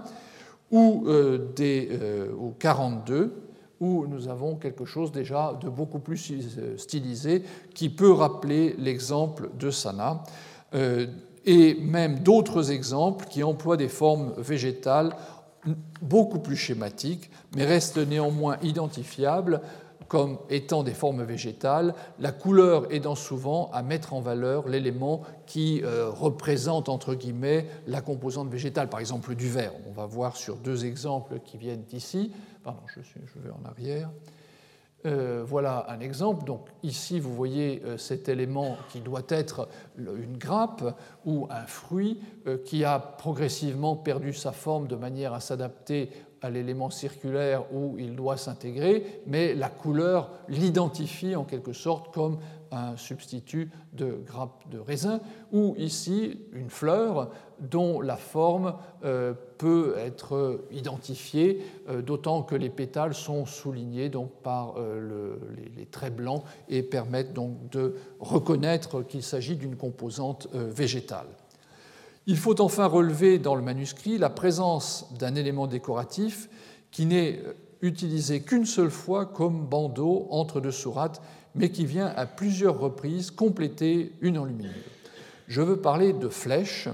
ou euh, des euh, ou quarante-deux, où nous avons quelque chose déjà de beaucoup plus stylisé qui peut rappeler l'exemple de Sana, euh, et même d'autres exemples qui emploient des formes végétales beaucoup plus schématiques, mais restent néanmoins identifiables comme étant des formes végétales, la couleur aidant souvent à mettre en valeur l'élément qui euh, représente, entre guillemets, la composante végétale, par exemple du vert. On va voir sur deux exemples qui viennent ici. Pardon, je, suis, je vais en arrière. Euh, voilà un exemple. Donc, ici, vous voyez euh, cet élément qui doit être une grappe ou un fruit euh, qui a progressivement perdu sa forme de manière à s'adapter à l'élément circulaire où il doit s'intégrer, mais la couleur l'identifie en quelque sorte comme un substitut de grappe de raisin, ou ici une fleur dont la forme euh, peut être identifiée, euh, d'autant que les pétales sont soulignés donc, par euh, le, les, les traits blancs et permettent donc de reconnaître qu'il s'agit d'une composante euh, végétale. Il faut enfin relever dans le manuscrit la présence d'un élément décoratif qui n'est utilisé qu'une seule fois comme bandeau entre deux sourates, mais qui vient à plusieurs reprises compléter une enluminure. Je veux parler de flèches,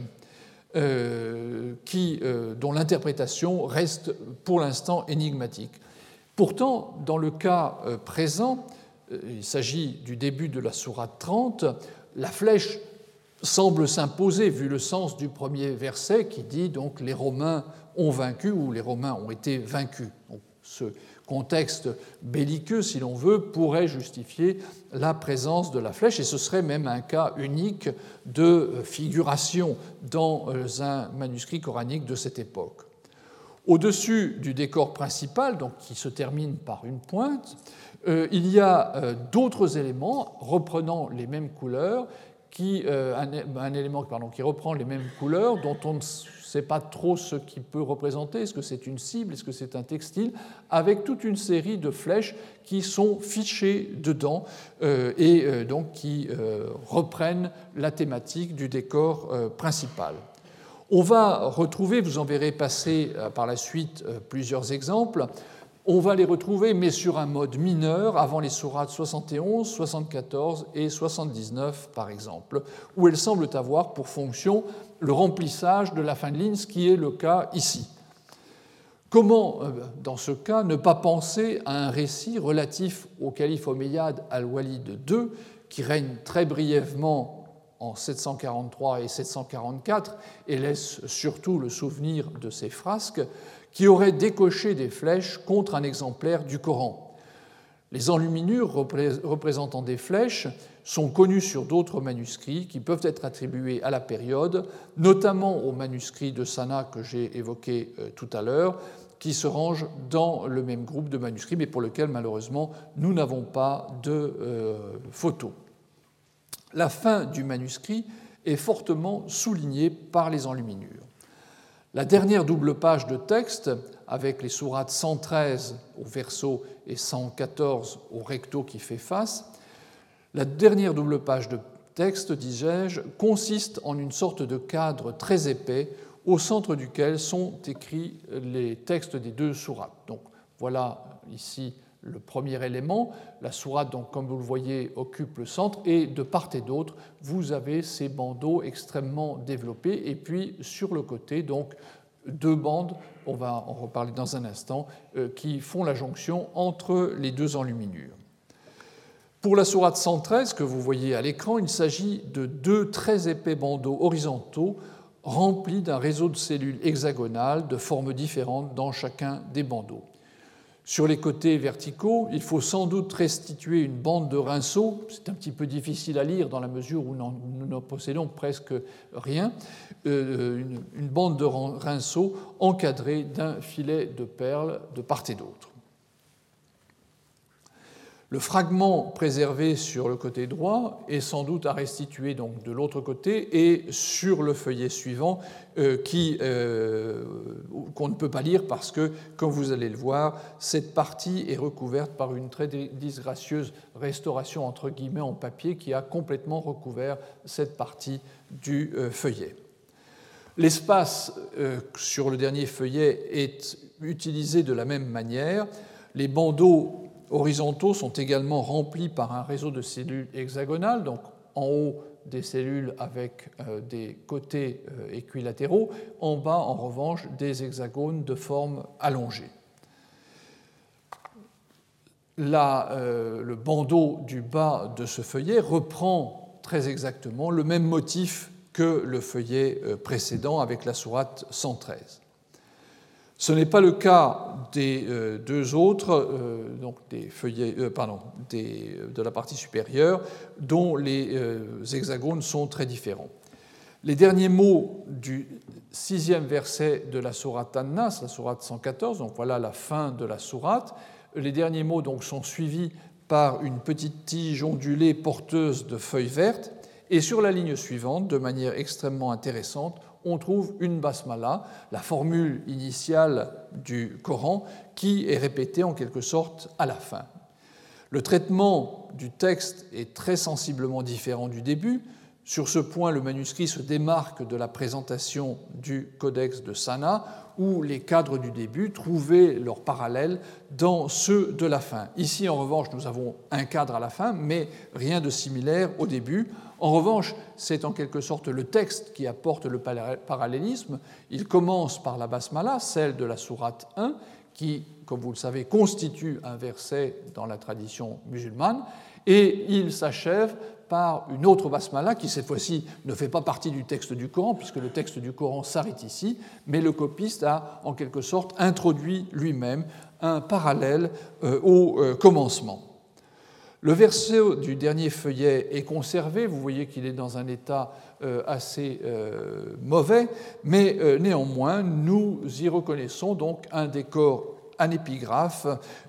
euh, qui, euh, dont l'interprétation reste pour l'instant énigmatique. Pourtant, dans le cas euh, présent, euh, il s'agit du début de la sourate trente, la flèche semble s'imposer, vu le sens du premier verset qui dit donc les Romains ont vaincu ou les Romains ont été vaincus. Donc, ce contexte belliqueux, si l'on veut, pourrait justifier la présence de la flèche, et ce serait même un cas unique de figuration dans un manuscrit coranique de cette époque. Au-dessus du décor principal, donc, qui se termine par une pointe, euh, il y a euh, d'autres éléments reprenant les mêmes couleurs, Qui, euh, un, un élément pardon, qui reprend les mêmes couleurs, dont on ne sait pas trop ce qu'il peut représenter. Est-ce que c'est une cible? Est-ce que c'est un textile? Avec toute une série de flèches qui sont fichées dedans euh, et euh, donc qui euh, reprennent la thématique du décor euh, principal. On va retrouver, vous en verrez passer euh, par la suite euh, plusieurs exemples. On va les retrouver, mais sur un mode mineur, avant les sourates soixante et onze, soixante-quatorze et soixante-dix-neuf, par exemple, où elles semblent avoir pour fonction le remplissage de la fin de ligne, ce qui est le cas ici. Comment, dans ce cas, ne pas penser à un récit relatif au calife omeyyade al-Walid deux, qui règne très brièvement en sept cent quarante-trois et sept cent quarante-quatre, et laisse surtout le souvenir de ses frasques, qui aurait décoché des flèches contre un exemplaire du Coran. Les enluminures représentant des flèches sont connues sur d'autres manuscrits qui peuvent être attribués à la période, notamment au manuscrit de Sanaa que j'ai évoqué tout à l'heure, qui se range dans le même groupe de manuscrits, mais pour lequel, malheureusement, nous n'avons pas de euh, photos. La fin du manuscrit est fortement soulignée par les enluminures. La dernière double page de texte, avec les sourates cent treize au verso et cent quatorze au recto qui fait face, la dernière double page de texte, disais-je, consiste en une sorte de cadre très épais au centre duquel sont écrits les textes des deux sourates. Donc voilà ici le premier élément. La sourate, donc, comme vous le voyez, occupe le centre, et de part et d'autre, vous avez ces bandeaux extrêmement développés, et puis sur le côté, donc, deux bandes, on va en reparler dans un instant, euh, qui font la jonction entre les deux enluminures. Pour la sourate cent treize, que vous voyez à l'écran, il s'agit de deux très épais bandeaux horizontaux remplis d'un réseau de cellules hexagonales de formes différentes dans chacun des bandeaux. Sur les côtés verticaux, il faut sans doute restituer une bande de rinceaux. C'est un petit peu difficile à lire dans la mesure où nous n'en possédons presque rien. Euh, une, une bande de rinceaux encadrée d'un filet de perles de part et d'autre. Le fragment préservé sur le côté droit est sans doute à restituer donc de l'autre côté et sur le feuillet suivant euh, qui, euh, qu'on ne peut pas lire parce que, comme vous allez le voir, cette partie est recouverte par une très disgracieuse restauration entre guillemets en papier qui a complètement recouvert cette partie du euh, feuillet. L'espace euh, sur le dernier feuillet est utilisé de la même manière. Les bandeaux horizontaux sont également remplis par un réseau de cellules hexagonales, donc en haut des cellules avec euh, des côtés euh, équilatéraux, en bas en revanche des hexagones de forme allongée. la, euh, le bandeau du bas de ce feuillet reprend très exactement le même motif que le feuillet précédent avec la sourate cent treize. Ce n'est pas le cas des euh, deux autres, euh, donc des feuillets, euh, pardon, des, de la partie supérieure, dont les euh, hexagones sont très différents. Les derniers mots du sixième verset de la sourate An-Nas, la sourate cent quatorze, donc voilà la fin de la sourate. Les derniers mots donc sont suivis par une petite tige ondulée porteuse de feuilles vertes, et sur la ligne suivante, de manière extrêmement intéressante, on trouve une basmala, la formule initiale du Coran, qui est répétée en quelque sorte à la fin. Le traitement du texte est très sensiblement différent du début. Sur ce point, le manuscrit se démarque de la présentation du codex de Sanaa, où les cadres du début trouvaient leur parallèle dans ceux de la fin. Ici, en revanche, nous avons un cadre à la fin, mais rien de similaire au début. En revanche, c'est en quelque sorte le texte qui apporte le parallélisme. Il commence par la basmala, celle de la sourate un, qui, comme vous le savez, constitue un verset dans la tradition musulmane, et il s'achève par une autre basmala qui, cette fois-ci, ne fait pas partie du texte du Coran, puisque le texte du Coran s'arrête ici, mais le copiste a, en quelque sorte, introduit lui-même un parallèle au commencement. Le verset du dernier feuillet est conservé, vous voyez qu'il est dans un état assez mauvais, mais néanmoins, nous y reconnaissons donc un décor anépigraphe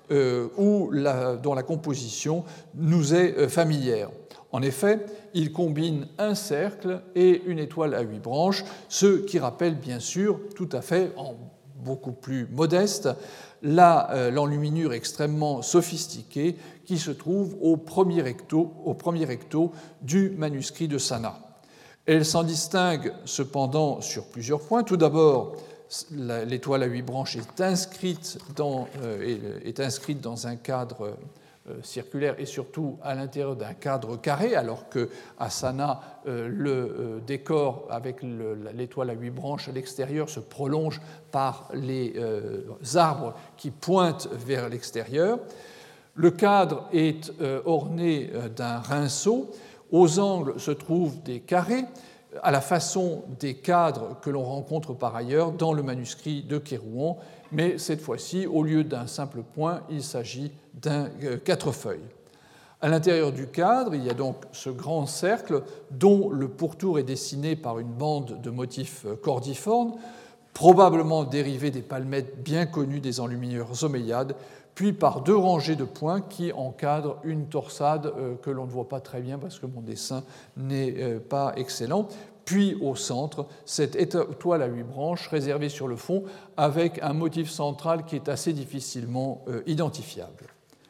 où la, dont la composition nous est familière. En effet, il combine un cercle et une étoile à huit branches, ce qui rappelle bien sûr, tout à fait, en beaucoup plus modeste, la, l'enluminure extrêmement sophistiquée qui se trouve au premier recto, au premier recto du manuscrit de Sanaa. Elle s'en distingue cependant sur plusieurs points. Tout d'abord, l'étoile à huit branches est inscrite dans, euh, est inscrite dans un cadre euh, circulaire et surtout à l'intérieur d'un cadre carré, alors qu'à Sanaa, euh, le euh, décor avec le, l'étoile à huit branches à l'extérieur se prolonge par les euh, arbres qui pointent vers l'extérieur. Le cadre est euh, orné d'un rinceau. Aux angles se trouvent des carrés, à la façon des cadres que l'on rencontre par ailleurs dans le manuscrit de Kérouan, mais cette fois-ci, au lieu d'un simple point, il s'agit d'un quatre feuilles. À l'intérieur du cadre, il y a donc ce grand cercle dont le pourtour est dessiné par une bande de motifs cordiformes, probablement dérivés des palmettes bien connues des enlumineurs omeyyades, puis par deux rangées de points qui encadrent une torsade que l'on ne voit pas très bien parce que mon dessin n'est pas excellent. Puis au centre, cette étoile à huit branches réservée sur le fond avec un motif central qui est assez difficilement identifiable.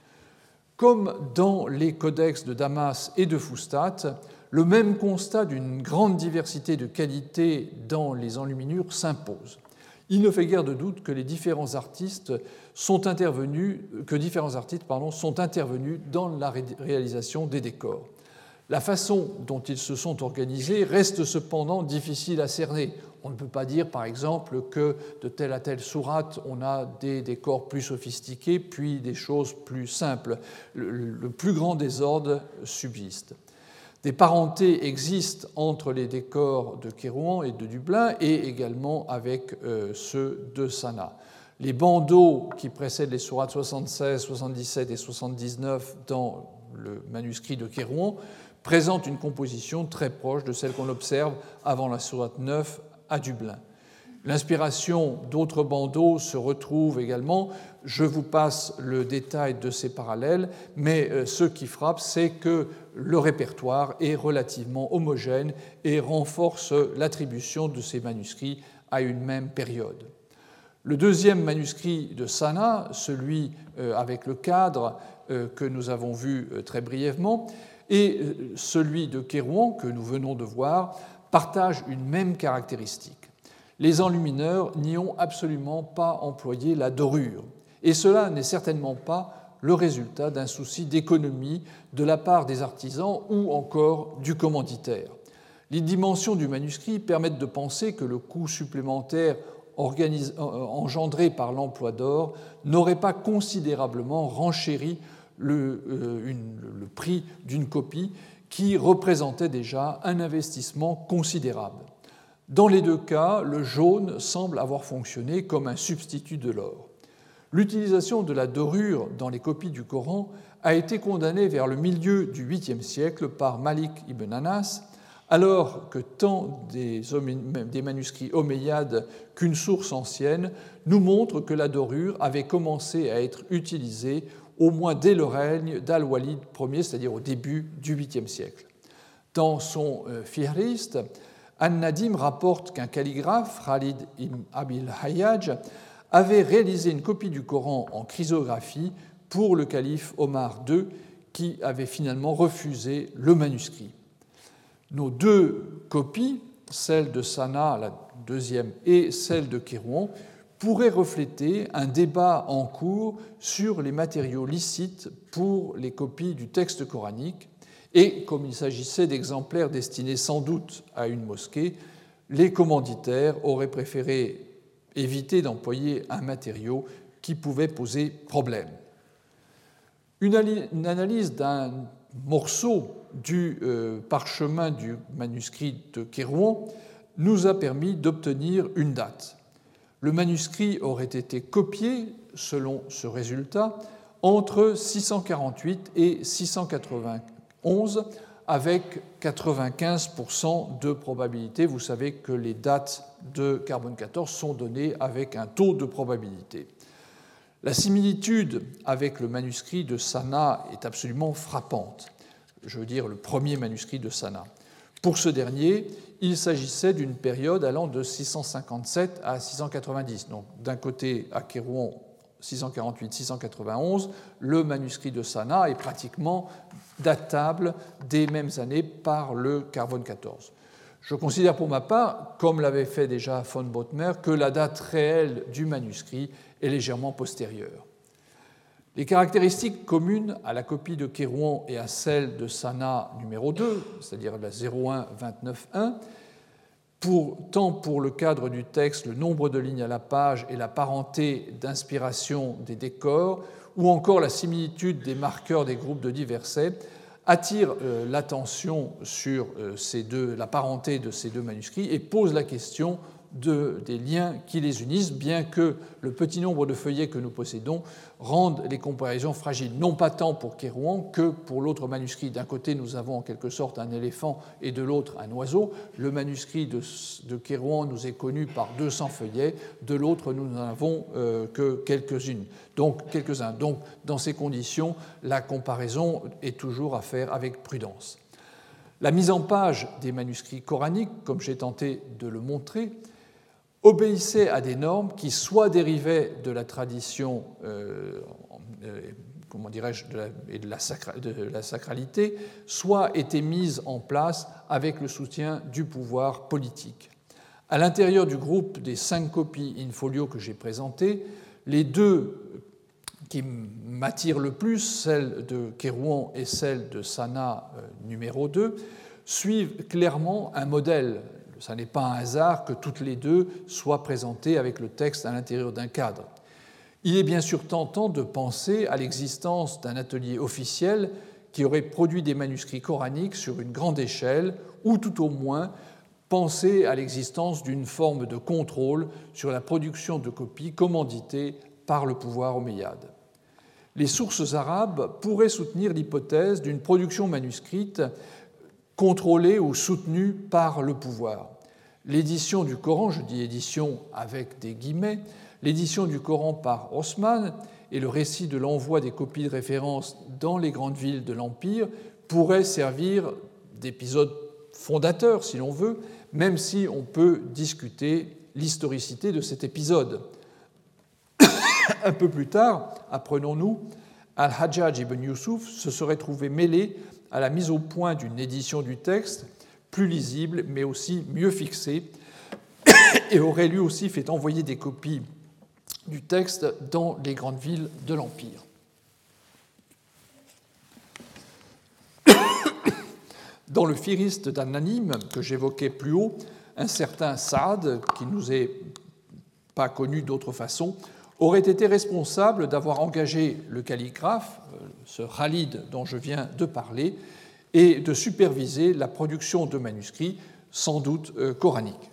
Comme dans les codex de Damas et de Fustat, le même constat d'une grande diversité de qualité dans les enluminures s'impose. Il ne fait guère de doute que les différents artistes sont intervenus, que différents artistes pardon, sont intervenus dans la réalisation des décors. La façon dont ils se sont organisés reste cependant difficile à cerner. On ne peut pas dire, par exemple, que de telle à telle sourate, on a des décors plus sophistiqués, puis des choses plus simples. Le, le plus grand désordre subsiste. Des parentés existent entre les décors de Kérouan et de Dublin et également avec euh, ceux de Sanaa. Les bandeaux qui précèdent les sourates soixante-seize, soixante-dix-sept et soixante-dix-neuf dans le manuscrit de Kérouan présentent une composition très proche de celle qu'on observe avant la sourate neuf à Dublin. L'inspiration d'autres bandeaux se retrouve également. Je vous passe le détail de ces parallèles, mais ce qui frappe, c'est que le répertoire est relativement homogène et renforce l'attribution de ces manuscrits à une même période. Le deuxième manuscrit de Sanaa, celui avec le cadre que nous avons vu très brièvement, et celui de Kérouan que nous venons de voir, partagent une même caractéristique. Les enlumineurs n'y ont absolument pas employé la dorure. Et cela n'est certainement pas le résultat d'un souci d'économie de la part des artisans ou encore du commanditaire. Les dimensions du manuscrit permettent de penser que le coût supplémentaire engendré par l'emploi d'or n'aurait pas considérablement renchéri le, euh, une, le prix d'une copie qui représentait déjà un investissement considérable. Dans les deux cas, le jaune semble avoir fonctionné comme un substitut de l'or. L'utilisation de la dorure dans les copies du Coran a été condamnée vers le milieu du huitième siècle par Malik ibn Anas, alors que tant des, des manuscrits omeyyades qu'une source ancienne nous montrent que la dorure avait commencé à être utilisée au moins dès le règne d'Al-Walid Ier, c'est-à-dire au début du huitième siècle. Dans son euh, Fihrist, An-Nadim rapporte qu'un calligraphe, Khalid ibn Abil Hayyaj, avait réalisé une copie du Coran en chrysographie pour le calife Omar deux, qui avait finalement refusé le manuscrit. Nos deux copies, celle de Sanaa, la deuxième, et celle de Kérouan, pourraient refléter un débat en cours sur les matériaux licites pour les copies du texte coranique, et comme il s'agissait d'exemplaires destinés sans doute à une mosquée, les commanditaires auraient préféré éviter d'employer un matériau qui pouvait poser problème. Une analyse d'un morceau du euh, parchemin du manuscrit de Kérouan nous a permis d'obtenir une date. Le manuscrit aurait été copié, selon ce résultat, entre six cent quarante-huit et six cent quatre-vingt-onze, avec quatre-vingt-quinze pour cent de probabilité. Vous savez que les dates de carbone quatorze sont données avec un taux de probabilité. La similitude avec le manuscrit de Sanaa est absolument frappante. Je veux dire le premier manuscrit de Sanaa. Pour ce dernier, il s'agissait d'une période allant de six cent cinquante-sept à six cent quatre-vingt-dix. Donc, d'un côté, à Kérouan, six cent quarante-huit à six cent quatre-vingt-onze, le manuscrit de Sanaa est pratiquement datable des mêmes années par le carbone quatorze. Je considère pour ma part, comme l'avait fait déjà von Bothmer, que la date réelle du manuscrit est légèrement postérieure. Les caractéristiques communes à la copie de Kérouan et à celle de Sanaa numéro deux, c'est-à-dire la zéro un vingt-neuf un, pour, tant pour le cadre du texte, le nombre de lignes à la page et la parenté d'inspiration des décors, ou encore la similitude des marqueurs des groupes de dix versets, attirent euh, l'attention sur euh, ces deux, la parenté de ces deux manuscrits et posent la question de, des liens qui les unissent, bien que le petit nombre de feuillets que nous possédons rende les comparaisons fragiles, non pas tant pour Kérouan que pour l'autre manuscrit. D'un côté, nous avons en quelque sorte un éléphant et de l'autre un oiseau. Le manuscrit de, de Kérouan nous est connu par deux cents feuillets, de l'autre, nous n'en avons euh, que quelques-unes, donc quelques-uns. Donc, dans ces conditions, la comparaison est toujours à faire avec prudence. La mise en page des manuscrits coraniques, comme j'ai tenté de le montrer, obéissait à des normes qui soit dérivaient de la tradition, euh, euh, comment dirais-je, de la, et de la, sacra, de la sacralité, soit étaient mises en place avec le soutien du pouvoir politique. À l'intérieur du groupe des cinq copies in folio que j'ai présentées, les deux qui m'attirent le plus, celle de Kérouan et celle de Sanaa euh, numéro deux, suivent clairement un modèle. Ce n'est pas un hasard que toutes les deux soient présentées avec le texte à l'intérieur d'un cadre. Il est bien sûr tentant de penser à l'existence d'un atelier officiel qui aurait produit des manuscrits coraniques sur une grande échelle, ou tout au moins penser à l'existence d'une forme de contrôle sur la production de copies commanditées par le pouvoir omeyyade. Les sources arabes pourraient soutenir l'hypothèse d'une production manuscrite contrôlée ou soutenue par le pouvoir. L'édition du Coran, je dis édition avec des guillemets, l'édition du Coran par Osman et le récit de l'envoi des copies de référence dans les grandes villes de l'Empire pourraient servir d'épisode fondateur, si l'on veut, même si on peut discuter l'historicité de cet épisode. Un peu plus tard, apprenons-nous, Al-Hajjaj ibn Yusuf se serait trouvé mêlé à la mise au point d'une édition du texte plus lisible, mais aussi mieux fixée, et aurait lui aussi fait envoyer des copies du texte dans les grandes villes de l'Empire. Dans le Fihrist d'An-Nadim, que j'évoquais plus haut, un certain Saad, qui ne nous est pas connu d'autre façon, aurait été responsable d'avoir engagé le calligraphe, ce Khalid dont je viens de parler, et de superviser la production de manuscrits, sans doute coraniques.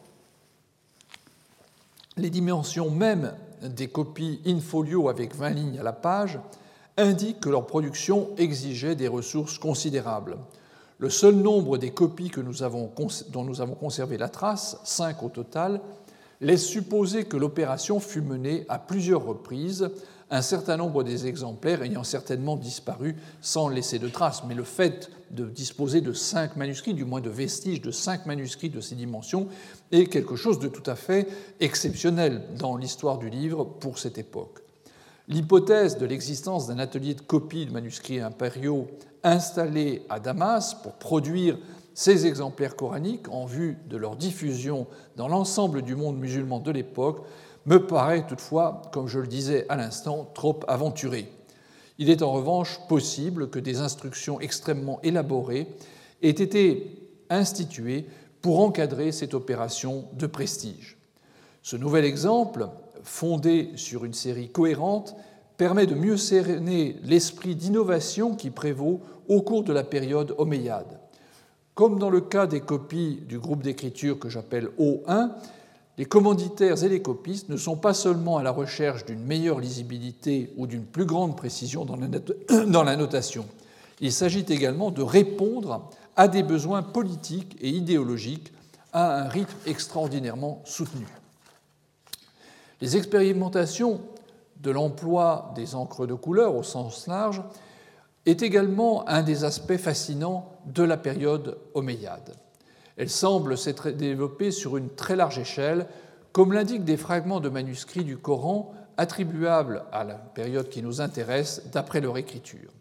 Les dimensions mêmes des copies in-folio avec vingt lignes à la page indiquent que leur production exigeait des ressources considérables. Le seul nombre des copies que nous avons, dont nous avons conservé la trace, cinq au total, laisse supposer que l'opération fut menée à plusieurs reprises, un certain nombre des exemplaires ayant certainement disparu sans laisser de traces. Mais le fait de disposer de cinq manuscrits, du moins de vestiges de cinq manuscrits de ces dimensions, est quelque chose de tout à fait exceptionnel dans l'histoire du livre pour cette époque. L'hypothèse de l'existence d'un atelier de copie de manuscrits impériaux installé à Damas pour produire ces exemplaires coraniques en vue de leur diffusion dans l'ensemble du monde musulman de l'époque me paraît toutefois, comme je le disais à l'instant, trop aventuré. Il est en revanche possible que des instructions extrêmement élaborées aient été instituées pour encadrer cette opération de prestige. Ce nouvel exemple, fondé sur une série cohérente, permet de mieux cerner l'esprit d'innovation qui prévaut au cours de la période omeyyade. Comme dans le cas des copies du groupe d'écriture que j'appelle O un, les commanditaires et les copistes ne sont pas seulement à la recherche d'une meilleure lisibilité ou d'une plus grande précision dans la notation. Il s'agit également de répondre à des besoins politiques et idéologiques à un rythme extraordinairement soutenu. Les expérimentations de l'emploi des encres de couleur au sens large est également un des aspects fascinants de la période omeyyade. Elle semble s'être développée sur une très large échelle, comme l'indiquent des fragments de manuscrits du Coran attribuables à la période qui nous intéresse d'après leur écriture.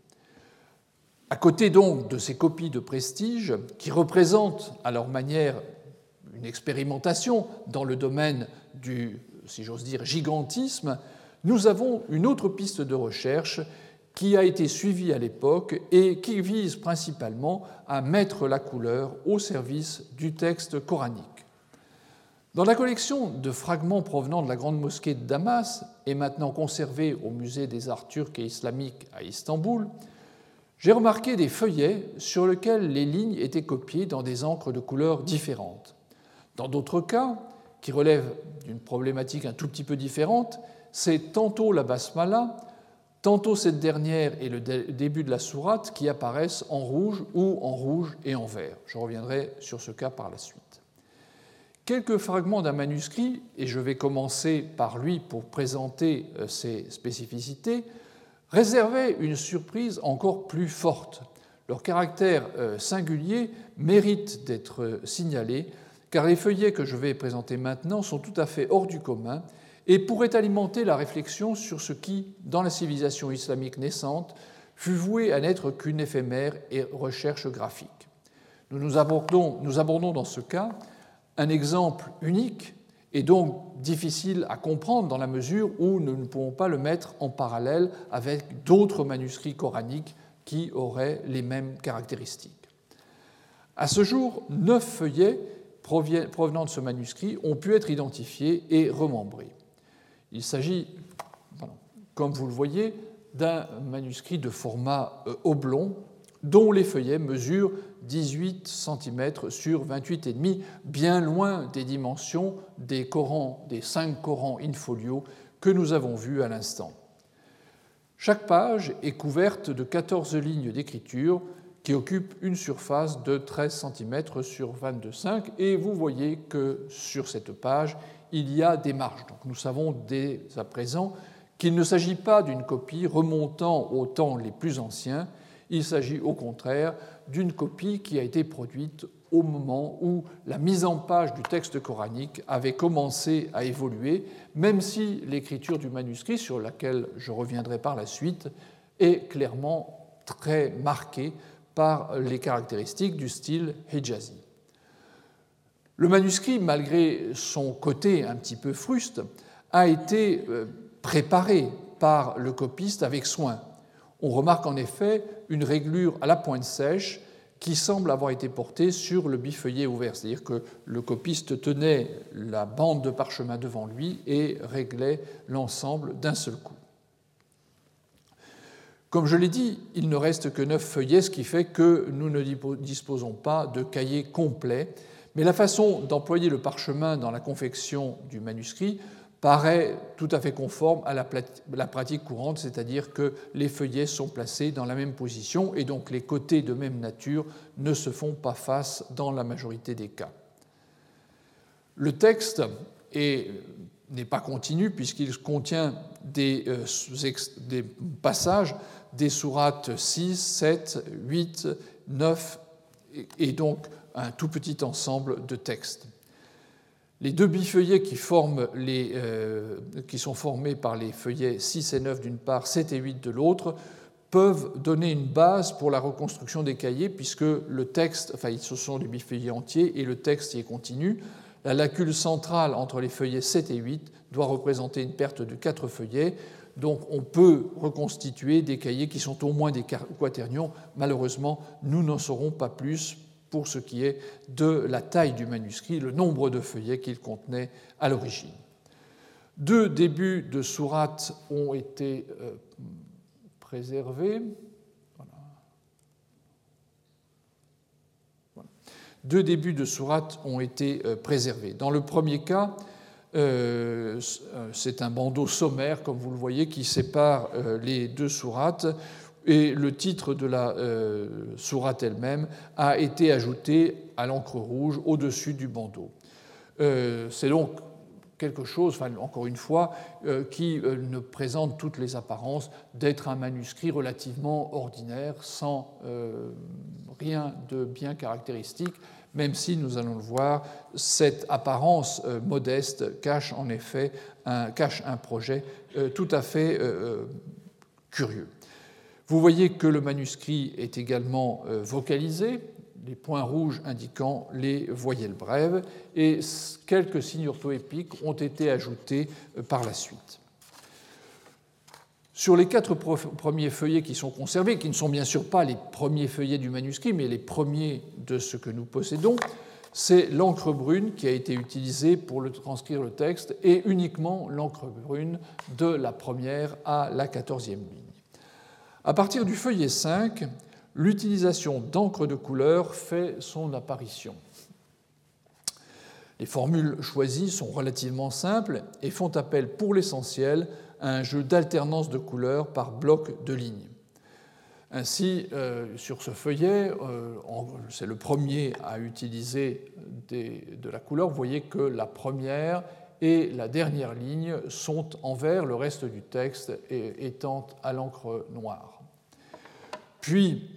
À côté donc de ces copies de prestige, qui représentent à leur manière une expérimentation dans le domaine du, si j'ose dire, gigantisme, nous avons une autre piste de recherche qui a été suivie à l'époque et qui vise principalement à mettre la couleur au service du texte coranique. Dans la collection de fragments provenant de la Grande Mosquée de Damas et maintenant conservée au Musée des arts turcs et islamiques à Istanbul, j'ai remarqué des feuillets sur lesquels les lignes étaient copiées dans des encres de couleurs différentes. Dans d'autres cas, qui relèvent d'une problématique un tout petit peu différente, c'est tantôt la basmala, tantôt cette dernière et le début de la sourate qui apparaissent en rouge ou en rouge et en vert. Je reviendrai sur ce cas par la suite. Quelques fragments d'un manuscrit, et je vais commencer par lui pour présenter ses spécificités, réservaient une surprise encore plus forte. Leur caractère singulier mérite d'être signalé, car les feuillets que je vais présenter maintenant sont tout à fait hors du commun et pourrait alimenter la réflexion sur ce qui, dans la civilisation islamique naissante, fut voué à n'être qu'une éphémère recherche graphique. Nous, nous, abordons, nous abordons dans ce cas un exemple unique et donc difficile à comprendre dans la mesure où nous ne pouvons pas le mettre en parallèle avec d'autres manuscrits coraniques qui auraient les mêmes caractéristiques. À ce jour, neuf feuillets provenant de ce manuscrit ont pu être identifiés et remembrés. Il s'agit, comme vous le voyez, d'un manuscrit de format oblong dont les feuillets mesurent dix-huit centimètres sur vingt-huit virgule cinq, bien loin des dimensions des, Corans, des cinq Corans in-folio que nous avons vus à l'instant. Chaque page est couverte de quatorze lignes d'écriture qui occupent une surface de treize centimètres sur vingt-deux virgule cinq, et vous voyez que sur cette page, il y a des marges. Donc nous savons dès à présent qu'il ne s'agit pas d'une copie remontant aux temps les plus anciens, il s'agit au contraire d'une copie qui a été produite au moment où la mise en page du texte coranique avait commencé à évoluer, même si l'écriture du manuscrit, sur laquelle je reviendrai par la suite, est clairement très marquée par les caractéristiques du style hijazi. Le manuscrit, malgré son côté un petit peu fruste, a été préparé par le copiste avec soin. On remarque en effet une réglure à la pointe sèche qui semble avoir été porté sur le bifeuillet ouvert, c'est-à-dire que le copiste tenait la bande de parchemin devant lui et réglait l'ensemble d'un seul coup. Comme je l'ai dit, il ne reste que neuf feuillets, ce qui fait que nous ne disposons pas de cahier complet, mais la façon d'employer le parchemin dans la confection du manuscrit paraît tout à fait conforme à la pratique courante, c'est-à-dire que les feuillets sont placés dans la même position et donc les côtés de même nature ne se font pas face dans la majorité des cas. Le texte est, n'est pas continu puisqu'il contient des, euh, des passages des sourates six, sept, huit, neuf et donc un tout petit ensemble de textes. Les deux bifeuillets qui, forment les, euh, qui sont formés par les feuillets six et neuf d'une part, sept et huit de l'autre, peuvent donner une base pour la reconstruction des cahiers, puisque le texte, enfin, ce sont des bifeuillets entiers et le texte y est continu. La lacune centrale entre les feuillets sept et huit doit représenter une perte de quatre feuillets. Donc on peut reconstituer des cahiers qui sont au moins des quaternions. Malheureusement, nous n'en saurons pas plus pour ce qui est de la taille du manuscrit, le nombre de feuillets qu'il contenait à l'origine. Deux débuts de sourates ont été euh, préservés. Voilà. Voilà. Deux débuts de sourates ont été euh, préservés. Dans le premier cas, euh, c'est un bandeau sommaire, comme vous le voyez, qui sépare euh, les deux sourates. Et le titre de la euh, sourate elle-même a été ajouté à l'encre rouge au-dessus du bandeau. Euh, c'est donc quelque chose, enfin, encore une fois, euh, qui euh, ne présente toutes les apparences d'être un manuscrit relativement ordinaire, sans euh, rien de bien caractéristique, même si, nous allons le voir, cette apparence euh, modeste cache en effet un, cache un projet euh, tout à fait euh, curieux. Vous voyez que le manuscrit est également vocalisé, les points rouges indiquant les voyelles brèves, et quelques signes orthoépiques ont été ajoutés par la suite. Sur les quatre premiers feuillets qui sont conservés, qui ne sont bien sûr pas les premiers feuillets du manuscrit, mais les premiers de ce que nous possédons, c'est l'encre brune qui a été utilisée pour le transcrire le texte, et uniquement l'encre brune de la première à la quatorzième ligne. À partir du feuillet cinq, l'utilisation d'encre de couleur fait son apparition. Les formules choisies sont relativement simples et font appel pour l'essentiel à un jeu d'alternance de couleurs par bloc de lignes. Ainsi, euh, sur ce feuillet, euh, c'est le premier à utiliser des, de la couleur. Vous voyez que la première et la dernière ligne sont en vert, le reste du texte étant à l'encre noire. Puis,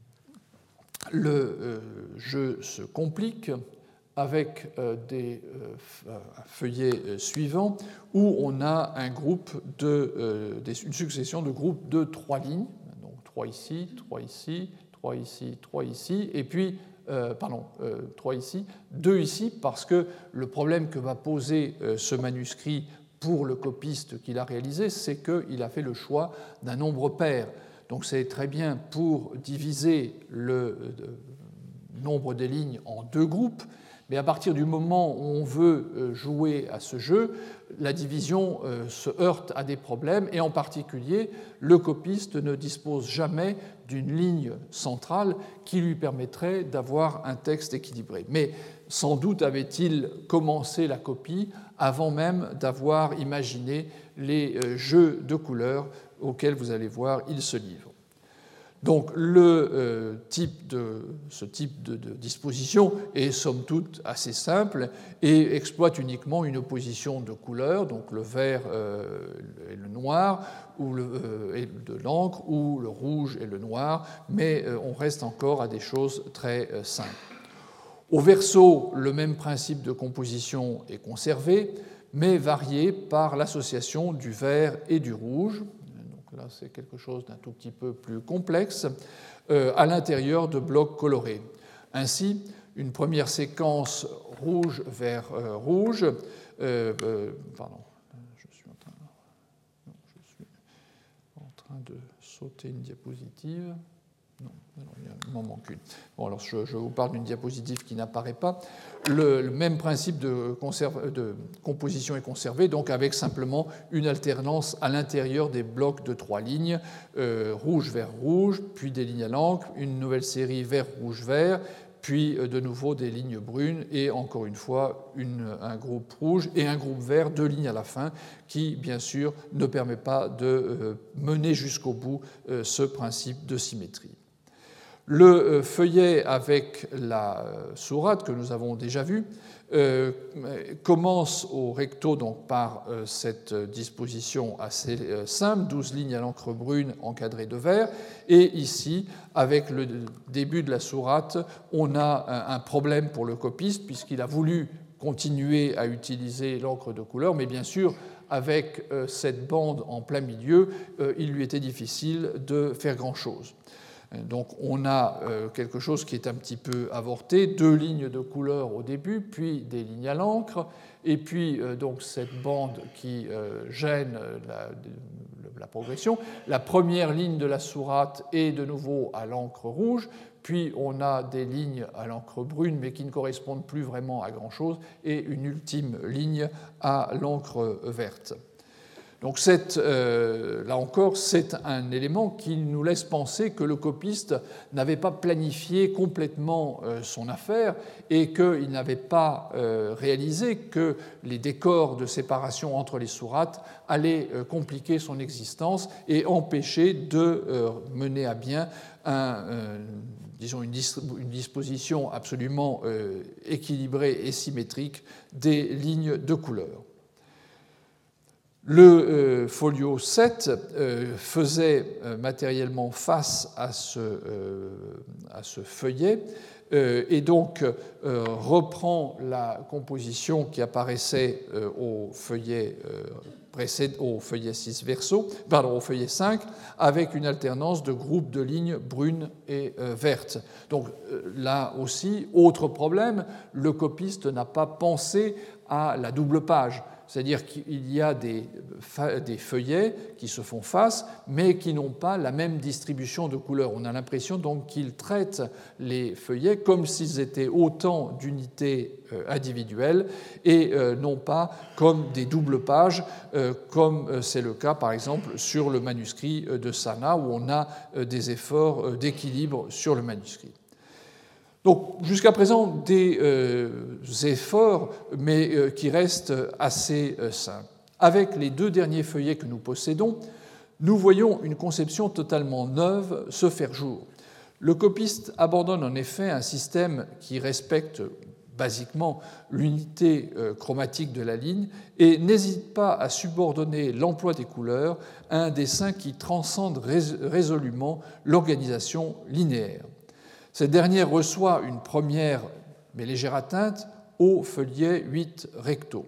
le euh, jeu se complique avec euh, des euh, feuillets suivants où on a un groupe de, euh, une succession de groupes de trois lignes, donc trois ici, trois ici, trois ici, trois ici, et puis Euh, pardon, euh, trois ici, deux ici, parce que le problème que va poser euh, ce manuscrit pour le copiste qu'il a réalisé, c'est qu'il a fait le choix d'un nombre pair. Donc c'est très bien pour diviser le euh, nombre des lignes en deux groupes, mais à partir du moment où on veut jouer à ce jeu, la division se heurte à des problèmes, et en particulier, le copiste ne dispose jamais d'une ligne centrale qui lui permettrait d'avoir un texte équilibré. Mais sans doute avait-il commencé la copie avant même d'avoir imaginé les jeux de couleurs auxquels, vous allez voir, il se livre. Donc le, euh, type de, ce type de, de disposition est somme toute assez simple et exploite uniquement une opposition de couleurs, donc le vert euh, et le noir, ou le, euh, et de l'encre, ou le rouge et le noir, mais euh, on reste encore à des choses très euh, simples. Au verso, le même principe de composition est conservé, mais varié par l'association du vert et du rouge. Là, c'est quelque chose d'un tout petit peu plus complexe, euh, à l'intérieur de blocs colorés. Ainsi, une première séquence rouge vers euh, rouge, euh, euh, pardon, je suis, en train, non, je suis en train de sauter une diapositive, Non, alors, il m'en manque une. Bon, alors je, je vous parle d'une diapositive qui n'apparaît pas. Le, le même principe de, conserve, de composition est conservé, donc avec simplement une alternance à l'intérieur des blocs de trois lignes, euh, rouge, vert, rouge, puis des lignes à l'encre, une nouvelle série vert, rouge, vert, puis de nouveau des lignes brunes, et encore une fois une, un groupe rouge et un groupe vert, deux lignes à la fin, qui bien sûr ne permet pas de euh, mener jusqu'au bout euh, ce principe de symétrie. Le feuillet avec la sourate que nous avons déjà vu euh, commence au recto donc, par euh, cette disposition assez euh, simple, douze lignes à l'encre brune encadrées de vert, et ici, avec le début de la sourate, on a un, un problème pour le copiste puisqu'il a voulu continuer à utiliser l'encre de couleur, mais bien sûr, avec euh, cette bande en plein milieu, euh, il lui était difficile de faire grand-chose. Donc on a quelque chose qui est un petit peu avorté, deux lignes de couleur au début, puis des lignes à l'encre, et puis donc cette bande qui gêne la, la progression. La première ligne de la sourate est de nouveau à l'encre rouge, puis on a des lignes à l'encre brune, mais qui ne correspondent plus vraiment à grand-chose, et une ultime ligne à l'encre verte. Donc cette, euh, là encore, c'est un élément qui nous laisse penser que le copiste n'avait pas planifié complètement euh, son affaire et qu'il n'avait pas euh, réalisé que les décors de séparation entre les sourates allaient euh, compliquer son existence et empêcher de euh, mener à bien un, euh, disons une, une disposition absolument euh, équilibrée et symétrique des lignes de couleur. Le euh, folio sept euh, faisait euh, matériellement face à ce, euh, à ce feuillet euh, et donc euh, reprend la composition qui apparaissait euh, au feuillet euh, précédent au feuillet six verso, pardon, au feuillet cinq, avec une alternance de groupes de lignes brunes et euh, vertes. Donc euh, là aussi, autre problème, le copiste n'a pas pensé à la double page. C'est-à-dire qu'il y a des, des feuillets qui se font face, mais qui n'ont pas la même distribution de couleurs. On a l'impression donc qu'il traite les feuillets comme s'ils étaient autant d'unités individuelles et non pas comme des doubles pages, comme c'est le cas par exemple sur le manuscrit de Sana, où on a des efforts d'équilibre sur le manuscrit. Donc, jusqu'à présent, des euh, efforts, mais euh, qui restent assez euh, simples. Avec les deux derniers feuillets que nous possédons, nous voyons une conception totalement neuve se faire jour. Le copiste abandonne en effet un système qui respecte basiquement l'unité euh, chromatique de la ligne et n'hésite pas à subordonner l'emploi des couleurs à un dessin qui transcende rés- résolument l'organisation linéaire. Cette dernière reçoit une première mais légère atteinte au feuillet huit recto.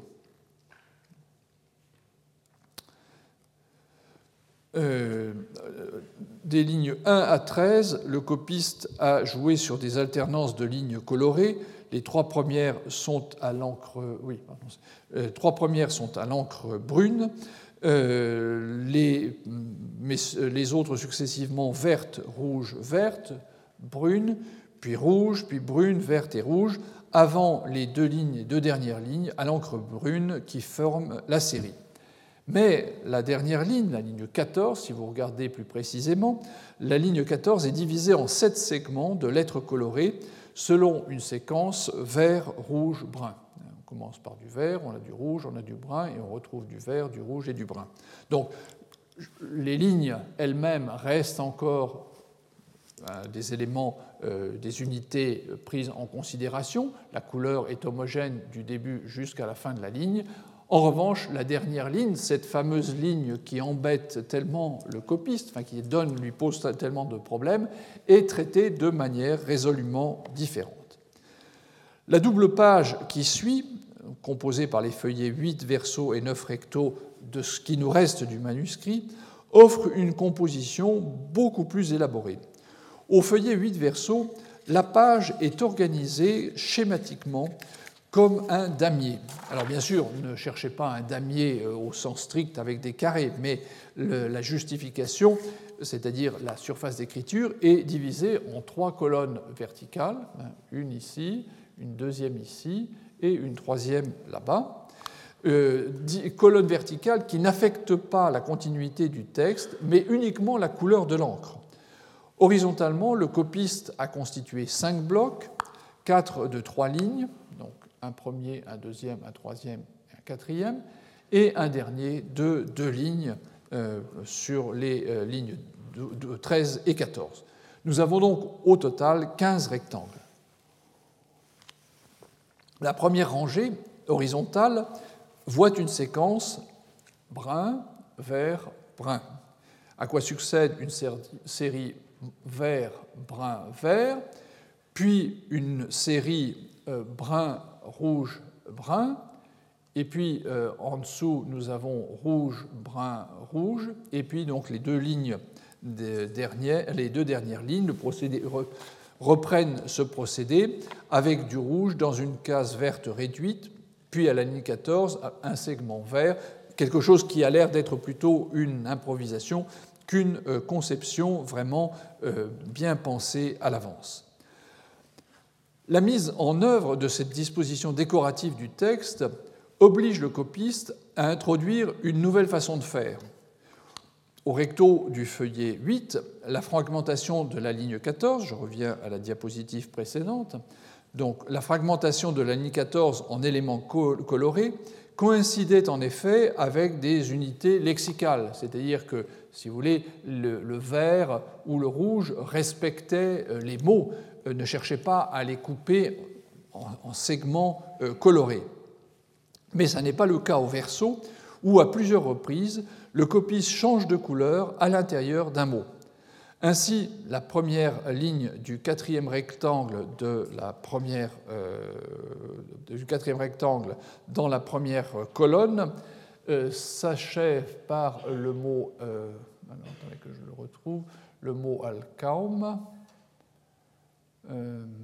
Euh, des lignes un à treize, le copiste a joué sur des alternances de lignes colorées. Les trois premières sont à l'encre, oui, pardon, euh, trois premières sont à l'encre brune. Euh, les, mais les autres successivement vertes, rouges, vertes, brune, puis rouge, puis brune, verte et rouge, avant les deux lignes, deux dernières lignes à l'encre brune qui forment la série. Mais la dernière ligne, la ligne quatorze, si vous regardez plus précisément, la ligne quatorze est divisée en sept segments de lettres colorées selon une séquence vert, rouge, brun. On commence par du vert, on a du rouge, on a du brun, et on retrouve du vert, du rouge et du brun. Donc, les lignes elles-mêmes restent encore des éléments, euh, des unités prises en considération. La couleur est homogène du début jusqu'à la fin de la ligne. En revanche, la dernière ligne, cette fameuse ligne qui embête tellement le copiste, enfin qui donne, lui pose tellement de problèmes, est traitée de manière résolument différente. La double page qui suit, composée par les feuillets huit verso et neuf recto de ce qui nous reste du manuscrit, offre une composition beaucoup plus élaborée. Au feuillet huit verso, la page est organisée schématiquement comme un damier. Alors bien sûr, ne cherchez pas un damier au sens strict avec des carrés, mais le, la justification, c'est-à-dire la surface d'écriture, est divisée en trois colonnes verticales, une ici, une deuxième ici et une troisième là-bas. Euh, colonnes verticales qui n'affectent pas la continuité du texte, mais uniquement la couleur de l'encre. Horizontalement, le copiste a constitué cinq blocs, quatre de trois lignes, donc un premier, un deuxième, un troisième et un quatrième, et un dernier de deux lignes euh, sur les euh, lignes de, de treize et quatorze. Nous avons donc au total quinze rectangles. La première rangée horizontale voit une séquence brun, vert, brun, à quoi succède une série vert, brun, vert, puis une série euh, brun, rouge, brun, et puis euh, en dessous nous avons rouge, brun, rouge, et puis donc les deux lignes des dernières, les deux dernières lignes, le procédé re, reprennent ce procédé avec du rouge dans une case verte réduite, puis à la ligne quatorze un segment vert, quelque chose qui a l'air d'être plutôt une improvisation qu'une euh, conception vraiment euh, bien pensée à l'avance. La mise en œuvre de cette disposition décorative du texte oblige le copiste à introduire une nouvelle façon de faire. Au recto du feuillet huit, la fragmentation de la ligne quatorze, je reviens à la diapositive précédente, donc la fragmentation de la ligne quatorze en éléments colorés coïncidait en effet avec des unités lexicales, c'est-à-dire que, si vous voulez, le, le vert ou le rouge respectaient les mots, ne cherchaient pas à les couper en, en segments colorés. Mais ce n'est pas le cas au verso, où à plusieurs reprises, le copiste change de couleur à l'intérieur d'un mot. Ainsi, la première ligne du quatrième rectangle, de la première, euh, du quatrième rectangle dans la première colonne euh, s'achève par le mot, euh, alors, attendez que je le retrouve, le mot alkaum. Euh,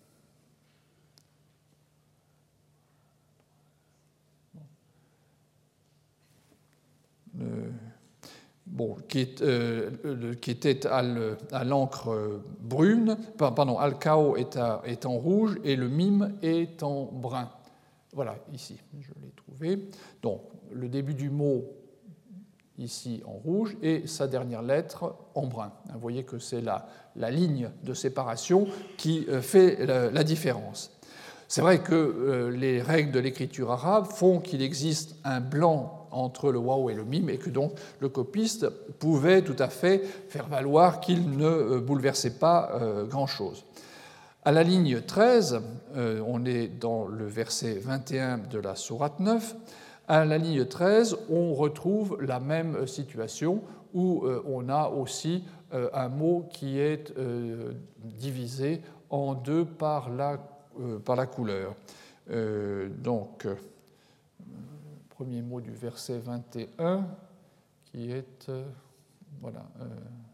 euh, Bon, qui, est, euh, qui était à l'encre brune, pardon, alcao est, à, est en rouge et le mime est en brun. Voilà, ici, je l'ai trouvé. Donc, le début du mot ici en rouge et sa dernière lettre en brun. Vous voyez que c'est la, la ligne de séparation qui fait la, la différence. C'est vrai que euh, les règles de l'écriture arabe font qu'il existe un blanc entre le waw et le mim et que donc le copiste pouvait tout à fait faire valoir qu'il ne bouleversait pas euh, grand-chose. À la ligne treize, euh, on est dans le verset vingt et un de la sourate neuf, à la ligne treize, on retrouve la même situation où euh, on a aussi euh, un mot qui est euh, divisé en deux par la Euh, par la couleur. Euh, donc, euh, premier mot du verset vingt et un, qui est, euh, voilà, euh,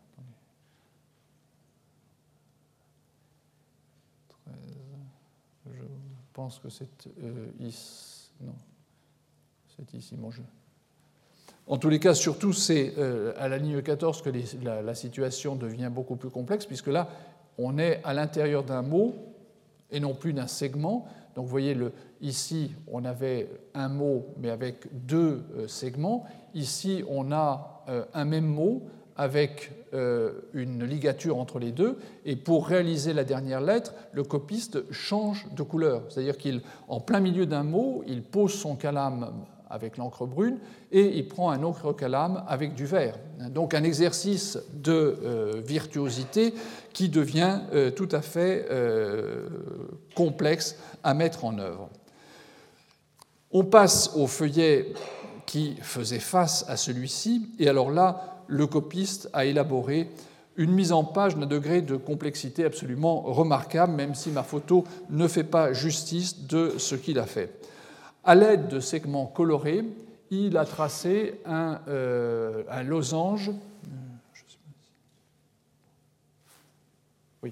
treize, je pense que c'est euh, ici, non, c'est ici, mon jeu. En tous les cas, surtout, c'est euh, à la ligne quatorze que les, la, la situation devient beaucoup plus complexe, puisque là, on est à l'intérieur d'un mot, et non plus d'un segment. Donc vous voyez, le, ici, on avait un mot, mais avec deux euh, segments. Ici, on a euh, un même mot avec euh, une ligature entre les deux. Et pour réaliser la dernière lettre, le copiste change de couleur. C'est-à-dire qu'en plein milieu d'un mot, il pose son calame avec l'encre brune et il prend un autre calame avec du vert. Donc un exercice de euh, virtuosité qui devient euh, tout à fait euh, complexe à mettre en œuvre. On passe au feuillet qui faisait face à celui-ci, et alors là, le copiste a élaboré une mise en page d'un degré de complexité absolument remarquable, même si ma photo ne fait pas justice de ce qu'il a fait. À l'aide de segments colorés, il a tracé un, euh, un losange. Oui.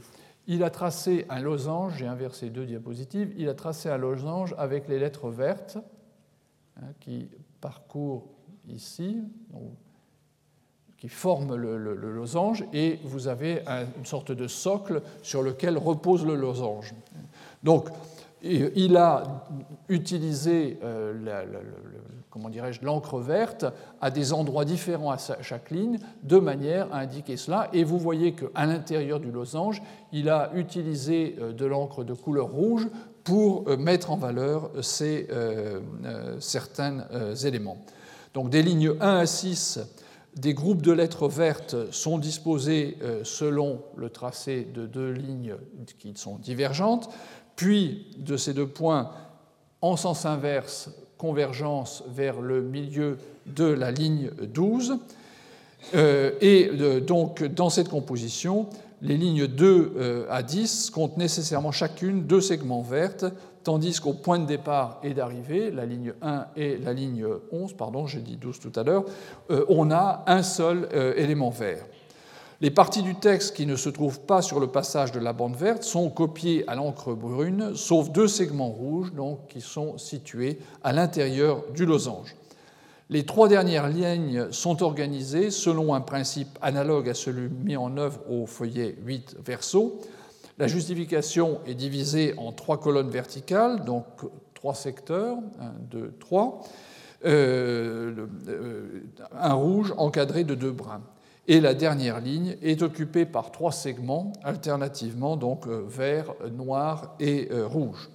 il a tracé un losange, j'ai inversé deux diapositives, il a tracé un losange avec les lettres vertes hein, qui parcourent ici, donc, qui forment le, le, le losange, et vous avez un, une sorte de socle sur lequel repose le losange. Donc, il a utilisé euh, la, la, la, comment dirais-je, l'encre verte à des endroits différents à chaque ligne, de manière à indiquer cela. Et vous voyez qu'à l'intérieur du losange, il a utilisé de l'encre de couleur rouge pour mettre en valeur ces, euh, euh, certains euh, éléments. Donc des lignes un à six, des groupes de lettres vertes sont disposés euh, selon le tracé de deux lignes qui sont divergentes. Puis, de ces deux points, en sens inverse, convergence vers le milieu de la ligne douze. Euh, et euh, donc, dans cette composition, les lignes deux euh, à dix comptent nécessairement chacune deux segments verts, tandis qu'au point de départ et d'arrivée, la ligne un et la ligne onze, pardon, j'ai dit douze tout à l'heure, euh, on a un seul euh, élément vert. Les parties du texte qui ne se trouvent pas sur le passage de la bande verte sont copiées à l'encre brune, sauf deux segments rouges donc, qui sont situés à l'intérieur du losange. Les trois dernières lignes sont organisées selon un principe analogue à celui mis en œuvre au feuillet huit verso. La justification est divisée en trois colonnes verticales, donc trois secteurs, un, deux, trois, euh, un rouge encadré de deux bruns. Et la dernière ligne est occupée par trois segments, alternativement donc vert, noir et rouge.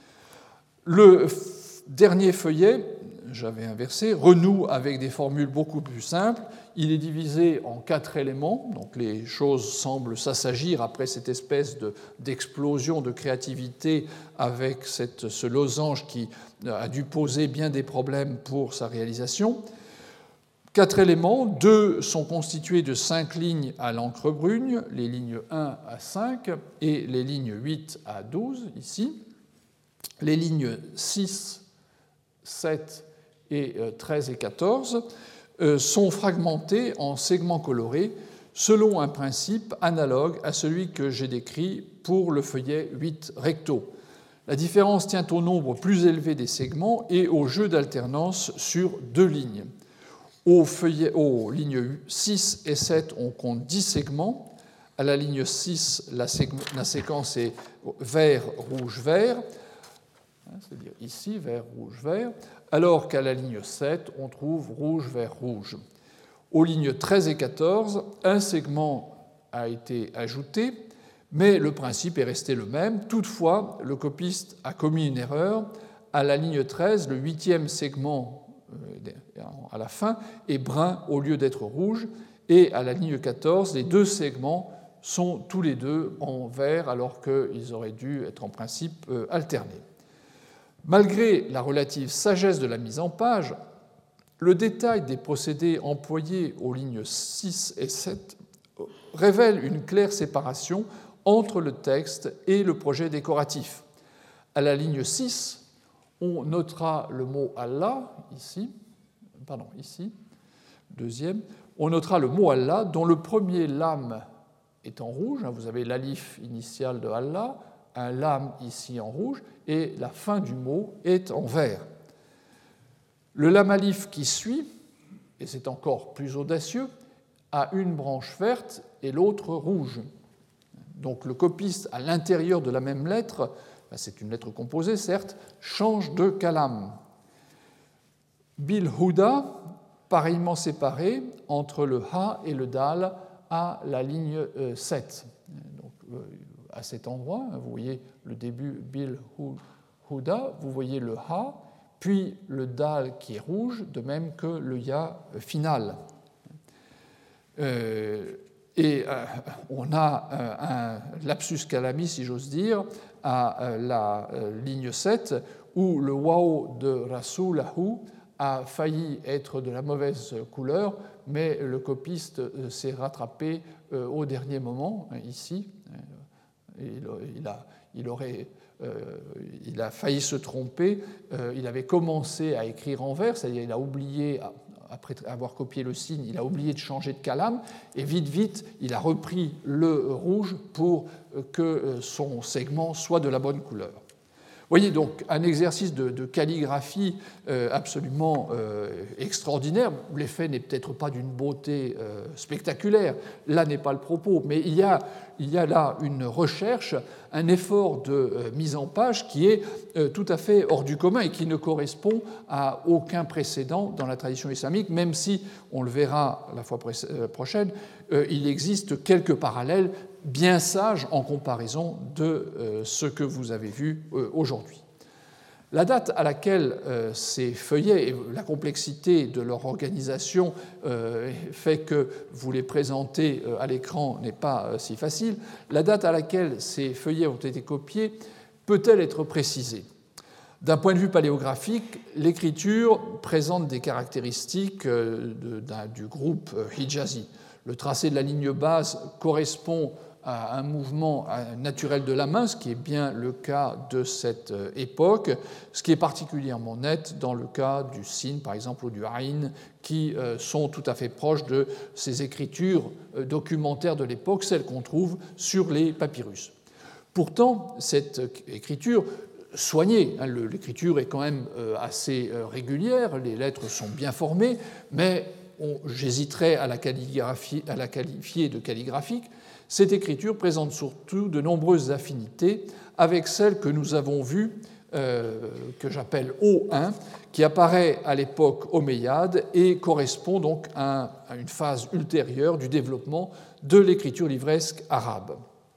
Le dernier feuillet, j'avais inversé, renoue avec des formules beaucoup plus simples. Il est divisé en quatre éléments, donc les choses semblent s'assagir après cette espèce de, d'explosion de créativité avec cette, ce losange qui a dû poser bien des problèmes pour sa réalisation. Quatre éléments, deux sont constitués de cinq lignes à l'encre brune, les lignes un à cinq et les lignes huit à douze, ici. Les lignes six, sept et treize et quatorze sont fragmentées en segments colorés selon un principe analogue à celui que j'ai décrit pour le feuillet huit recto. La différence tient au nombre plus élevé des segments et au jeu d'alternance sur deux lignes. Aux, feuillets, aux lignes six et sept, on compte dix segments. À la ligne six, la, segment, la séquence est vert, rouge, vert, c'est-à-dire ici, vert, rouge, vert, alors qu'à la ligne sept, on trouve rouge, vert, rouge. Aux lignes treize et quatorze, un segment a été ajouté, mais le principe est resté le même. Toutefois, le copiste a commis une erreur. À la ligne treize, le huitième segment à la fin est brun au lieu d'être rouge, et à la ligne quatorze, les deux segments sont tous les deux en vert alors qu'ils auraient dû être en principe alternés. Malgré la relative sagesse de la mise en page, le détail des procédés employés aux lignes six et sept révèle une claire séparation entre le texte et le projet décoratif. À la ligne six, on notera le mot Allah, ici, pardon, ici, deuxième, on notera le mot Allah, dont le premier lam est en rouge, vous avez l'alif initial de Allah, un lam ici en rouge, et la fin du mot est en vert. Le lam alif qui suit, et c'est encore plus audacieux, a une branche verte et l'autre rouge. Donc le copiste, à l'intérieur de la même lettre, c'est une lettre composée, certes, change de kalam. Bil Huda, pareillement séparé entre le ha et le dal à la ligne sept. Donc, à cet endroit, vous voyez le début Bil Huda, vous voyez le ha, puis le dal qui est rouge, de même que le ya final. Euh, et euh, on a euh, un lapsus calami, si j'ose dire, à euh, la euh, ligne sept, où le waw de Rasulahu a failli être de la mauvaise couleur, mais le copiste euh, s'est rattrapé euh, au dernier moment, ici. Il, il, a, il, aurait, euh, il a failli se tromper. Euh, il avait commencé à écrire en vert, c'est-à-dire il a oublié, après avoir copié le signe, il a oublié de changer de calame, et vite, vite, il a repris le rouge pour que son segment soit de la bonne couleur. Vous voyez donc un exercice de, de calligraphie euh, absolument euh, extraordinaire. L'effet n'est peut-être pas d'une beauté euh, spectaculaire, là n'est pas le propos, mais il y a, il y a là une recherche, un effort de euh, mise en page qui est euh, tout à fait hors du commun et qui ne correspond à aucun précédent dans la tradition islamique, même si, on le verra la fois prochaine, euh, il existe quelques parallèles bien sage en comparaison de euh, ce que vous avez vu euh, aujourd'hui. La date à laquelle euh, ces feuillets et la complexité de leur organisation euh, fait que vous les présenter euh, à l'écran n'est pas euh, si facile. La date à laquelle ces feuillets ont été copiés peut-elle être précisée? D'un point de vue paléographique, l'écriture présente des caractéristiques euh, de, du groupe euh, Hijazi. Le tracé de la ligne basse correspond à un mouvement naturel de la main, ce qui est bien le cas de cette époque, ce qui est particulièrement net dans le cas du sin, par exemple, ou du aïn, qui sont tout à fait proches de ces écritures documentaires de l'époque, celles qu'on trouve sur les papyrus. Pourtant, cette écriture soignée, hein, l'écriture est quand même assez régulière, les lettres sont bien formées, mais j'hésiterais à la qualifier, à la qualifier de calligraphique. Cette écriture présente surtout de nombreuses affinités avec celle que nous avons vue, euh, que j'appelle O un, qui apparaît à l'époque omeyyade et correspond donc à une phase ultérieure du développement de l'écriture livresque arabe.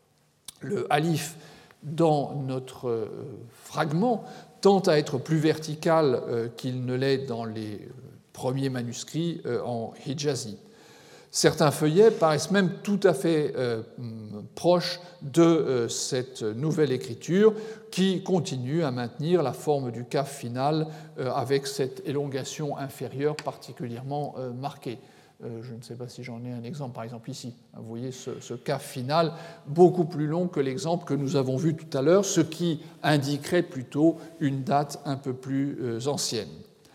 Le alif dans notre fragment tend à être plus vertical qu'il ne l'est dans les premiers manuscrits en Hijazi. Certains feuillets paraissent même tout à fait euh, proches de euh, cette nouvelle écriture qui continue à maintenir la forme du kaf final euh, avec cette élongation inférieure particulièrement euh, marquée. Euh, je ne sais pas si j'en ai un exemple, par exemple ici. Vous voyez ce, ce kaf final beaucoup plus long que l'exemple que nous avons vu tout à l'heure, ce qui indiquerait plutôt une date un peu plus euh, ancienne.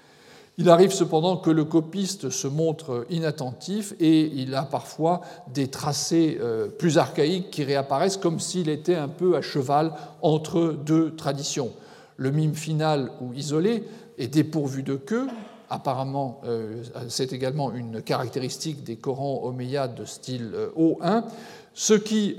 Il arrive cependant que le copiste se montre inattentif et il a parfois des tracés plus archaïques qui réapparaissent comme s'il était un peu à cheval entre deux traditions. Le mime final ou isolé est dépourvu de queue. Apparemment, c'est également une caractéristique des Corans omeyyades de style O un, ce qui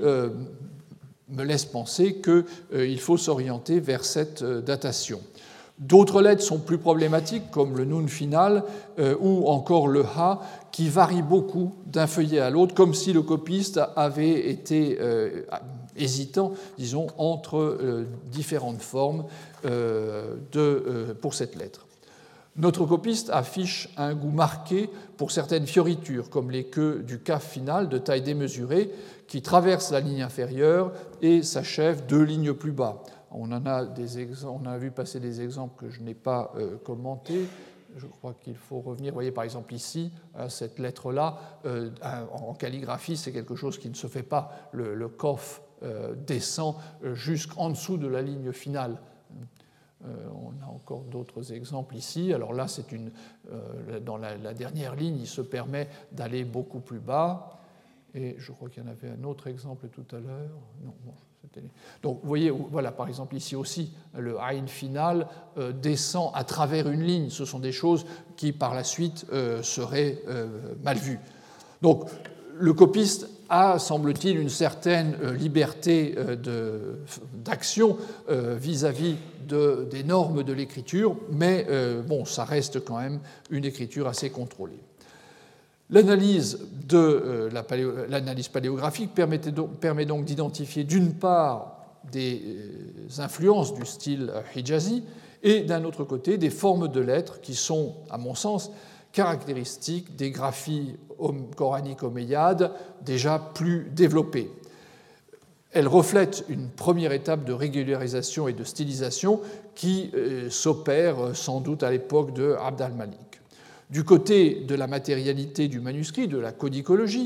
me laisse penser qu'il faut s'orienter vers cette datation. D'autres lettres sont plus problématiques, comme le nun final euh, ou encore le ha, qui varient beaucoup d'un feuillet à l'autre, comme si le copiste avait été euh, hésitant, disons, entre euh, différentes formes euh, de, euh, pour cette lettre. Notre copiste affiche un goût marqué pour certaines fioritures, comme les queues du kaf final de taille démesurée, qui traversent la ligne inférieure et s'achèvent deux lignes plus bas. On en a, des exemples, on a vu passer des exemples que je n'ai pas euh, commentés. Je crois qu'il faut revenir. Vous voyez, par exemple, ici, cette lettre-là, euh, en calligraphie, c'est quelque chose qui ne se fait pas. Le, le kof euh, descend jusqu'en dessous de la ligne finale. Euh, on a encore d'autres exemples ici. Alors là, c'est une, euh, dans la, la dernière ligne, il se permet d'aller beaucoup plus bas. Et je crois qu'il y en avait un autre exemple tout à l'heure. Non, bon. Donc, vous voyez, voilà, par exemple, ici aussi, le aïn final euh, descend à travers une ligne. Ce sont des choses qui, par la suite, euh, seraient euh, mal vues. Donc, le copiste a, semble-t-il, une certaine liberté euh, de, d'action euh, vis-à-vis de, des normes de l'écriture, mais euh, bon, ça reste quand même une écriture assez contrôlée. L'analyse, de, euh, la paléo, l'analyse paléographique permet donc, permet donc d'identifier d'une part des influences du style hijazi et d'un autre côté des formes de lettres qui sont, à mon sens, caractéristiques des graphies coraniques omeyyades déjà plus développées. Elles reflètent une première étape de régularisation et de stylisation qui euh, s'opère sans doute à l'époque de Abd al-Malik. Du côté de la matérialité du manuscrit, de la codicologie,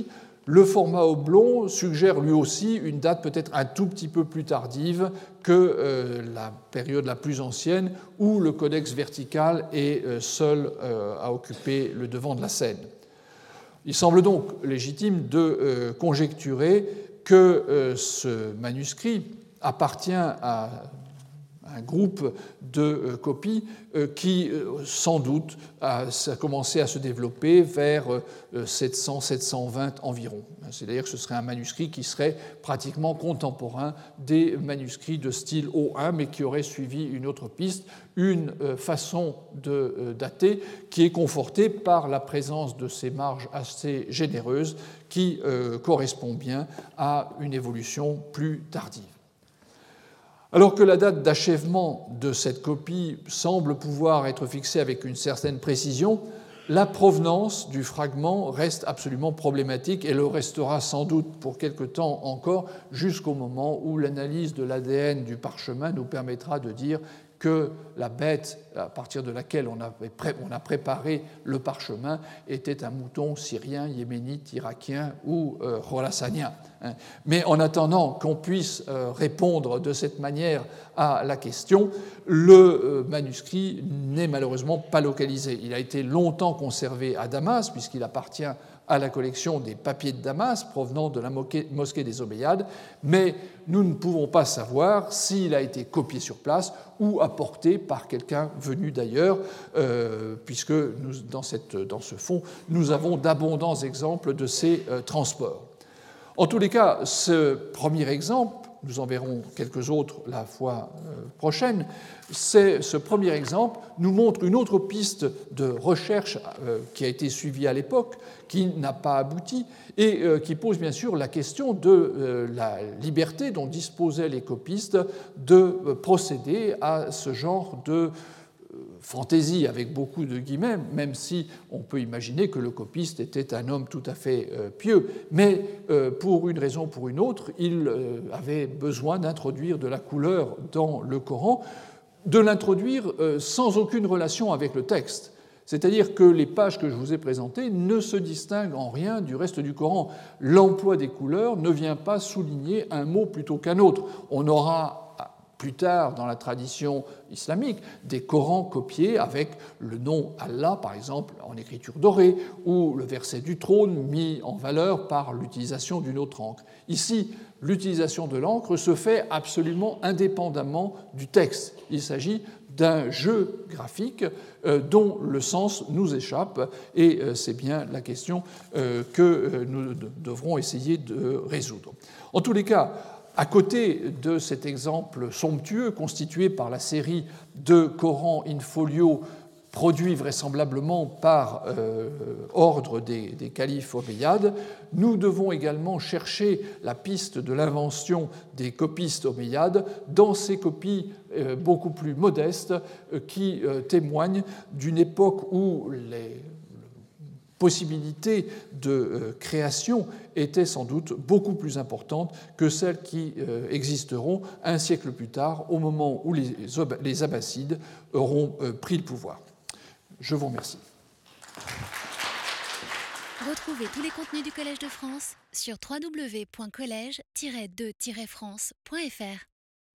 Le format oblong suggère lui aussi une date peut-être un tout petit peu plus tardive que euh, la période la plus ancienne où le codex vertical est euh, seul euh, à occuper le devant de la scène. Il semble donc légitime de euh, conjecturer que euh, ce manuscrit appartient à un groupe de copies qui, sans doute, a commencé à se développer vers sept cents sept cent vingt environ. C'est-à-dire que ce serait un manuscrit qui serait pratiquement contemporain des manuscrits de style O un, mais qui aurait suivi une autre piste, une façon de dater qui est confortée par la présence de ces marges assez généreuses qui correspond bien à une évolution plus tardive. Alors que la date d'achèvement de cette copie semble pouvoir être fixée avec une certaine précision, la provenance du fragment reste absolument problématique et le restera sans doute pour quelque temps encore jusqu'au moment où l'analyse de l'A D N du parchemin nous permettra de dire que la bête à partir de laquelle on a préparé le parchemin était un mouton syrien, yéménite, irakien ou euh, khorasanien. Mais en attendant qu'on puisse euh, répondre de cette manière à la question, le euh, manuscrit n'est malheureusement pas localisé. Il a été longtemps conservé à Damas, puisqu'il appartient à la collection des papiers de Damas provenant de la mosquée des Omeyyades, mais nous ne pouvons pas savoir s'il a été copié sur place ou apporté par quelqu'un venu d'ailleurs, euh, puisque nous, dans, cette, dans ce fond, nous avons d'abondants exemples de ces euh, transports. En tous les cas, ce premier exemple, nous en verrons quelques autres la fois prochaine, c'est, ce premier exemple nous montre une autre piste de recherche qui a été suivie à l'époque, qui n'a pas abouti, et qui pose bien sûr la question de la liberté dont disposaient les copistes de procéder à ce genre de fantaisie avec beaucoup de guillemets, même si on peut imaginer que le copiste était un homme tout à fait pieux, mais pour une raison ou pour une autre, il avait besoin d'introduire de la couleur dans le Coran, de l'introduire sans aucune relation avec le texte. C'est-à-dire que les pages que je vous ai présentées ne se distinguent en rien du reste du Coran. L'emploi des couleurs ne vient pas souligner un mot plutôt qu'un autre. On aura plus tard, dans la tradition islamique, des Corans copiés avec le nom Allah, par exemple, en écriture dorée, ou le verset du trône mis en valeur par l'utilisation d'une autre encre. Ici, l'utilisation de l'encre se fait absolument indépendamment du texte. Il s'agit d'un jeu graphique euh, dont le sens nous échappe, et euh, c'est bien la question euh, que nous devrons essayer de résoudre. En tous les cas, à côté de cet exemple somptueux constitué par la série de Corans in folio produits vraisemblablement par euh, ordre des, des califes omeyyades, nous devons également chercher la piste de l'invention des copistes omeyyades dans ces copies euh, beaucoup plus modestes euh, qui euh, témoignent d'une époque où les possibilités de création étaient sans doute beaucoup plus importantes que celles qui existeront un siècle plus tard, au moment où les Abbassides auront pris le pouvoir. Je vous remercie. Retrouvez tous les contenus du Collège de France sur w w w point collège tiret de tiret france point f r.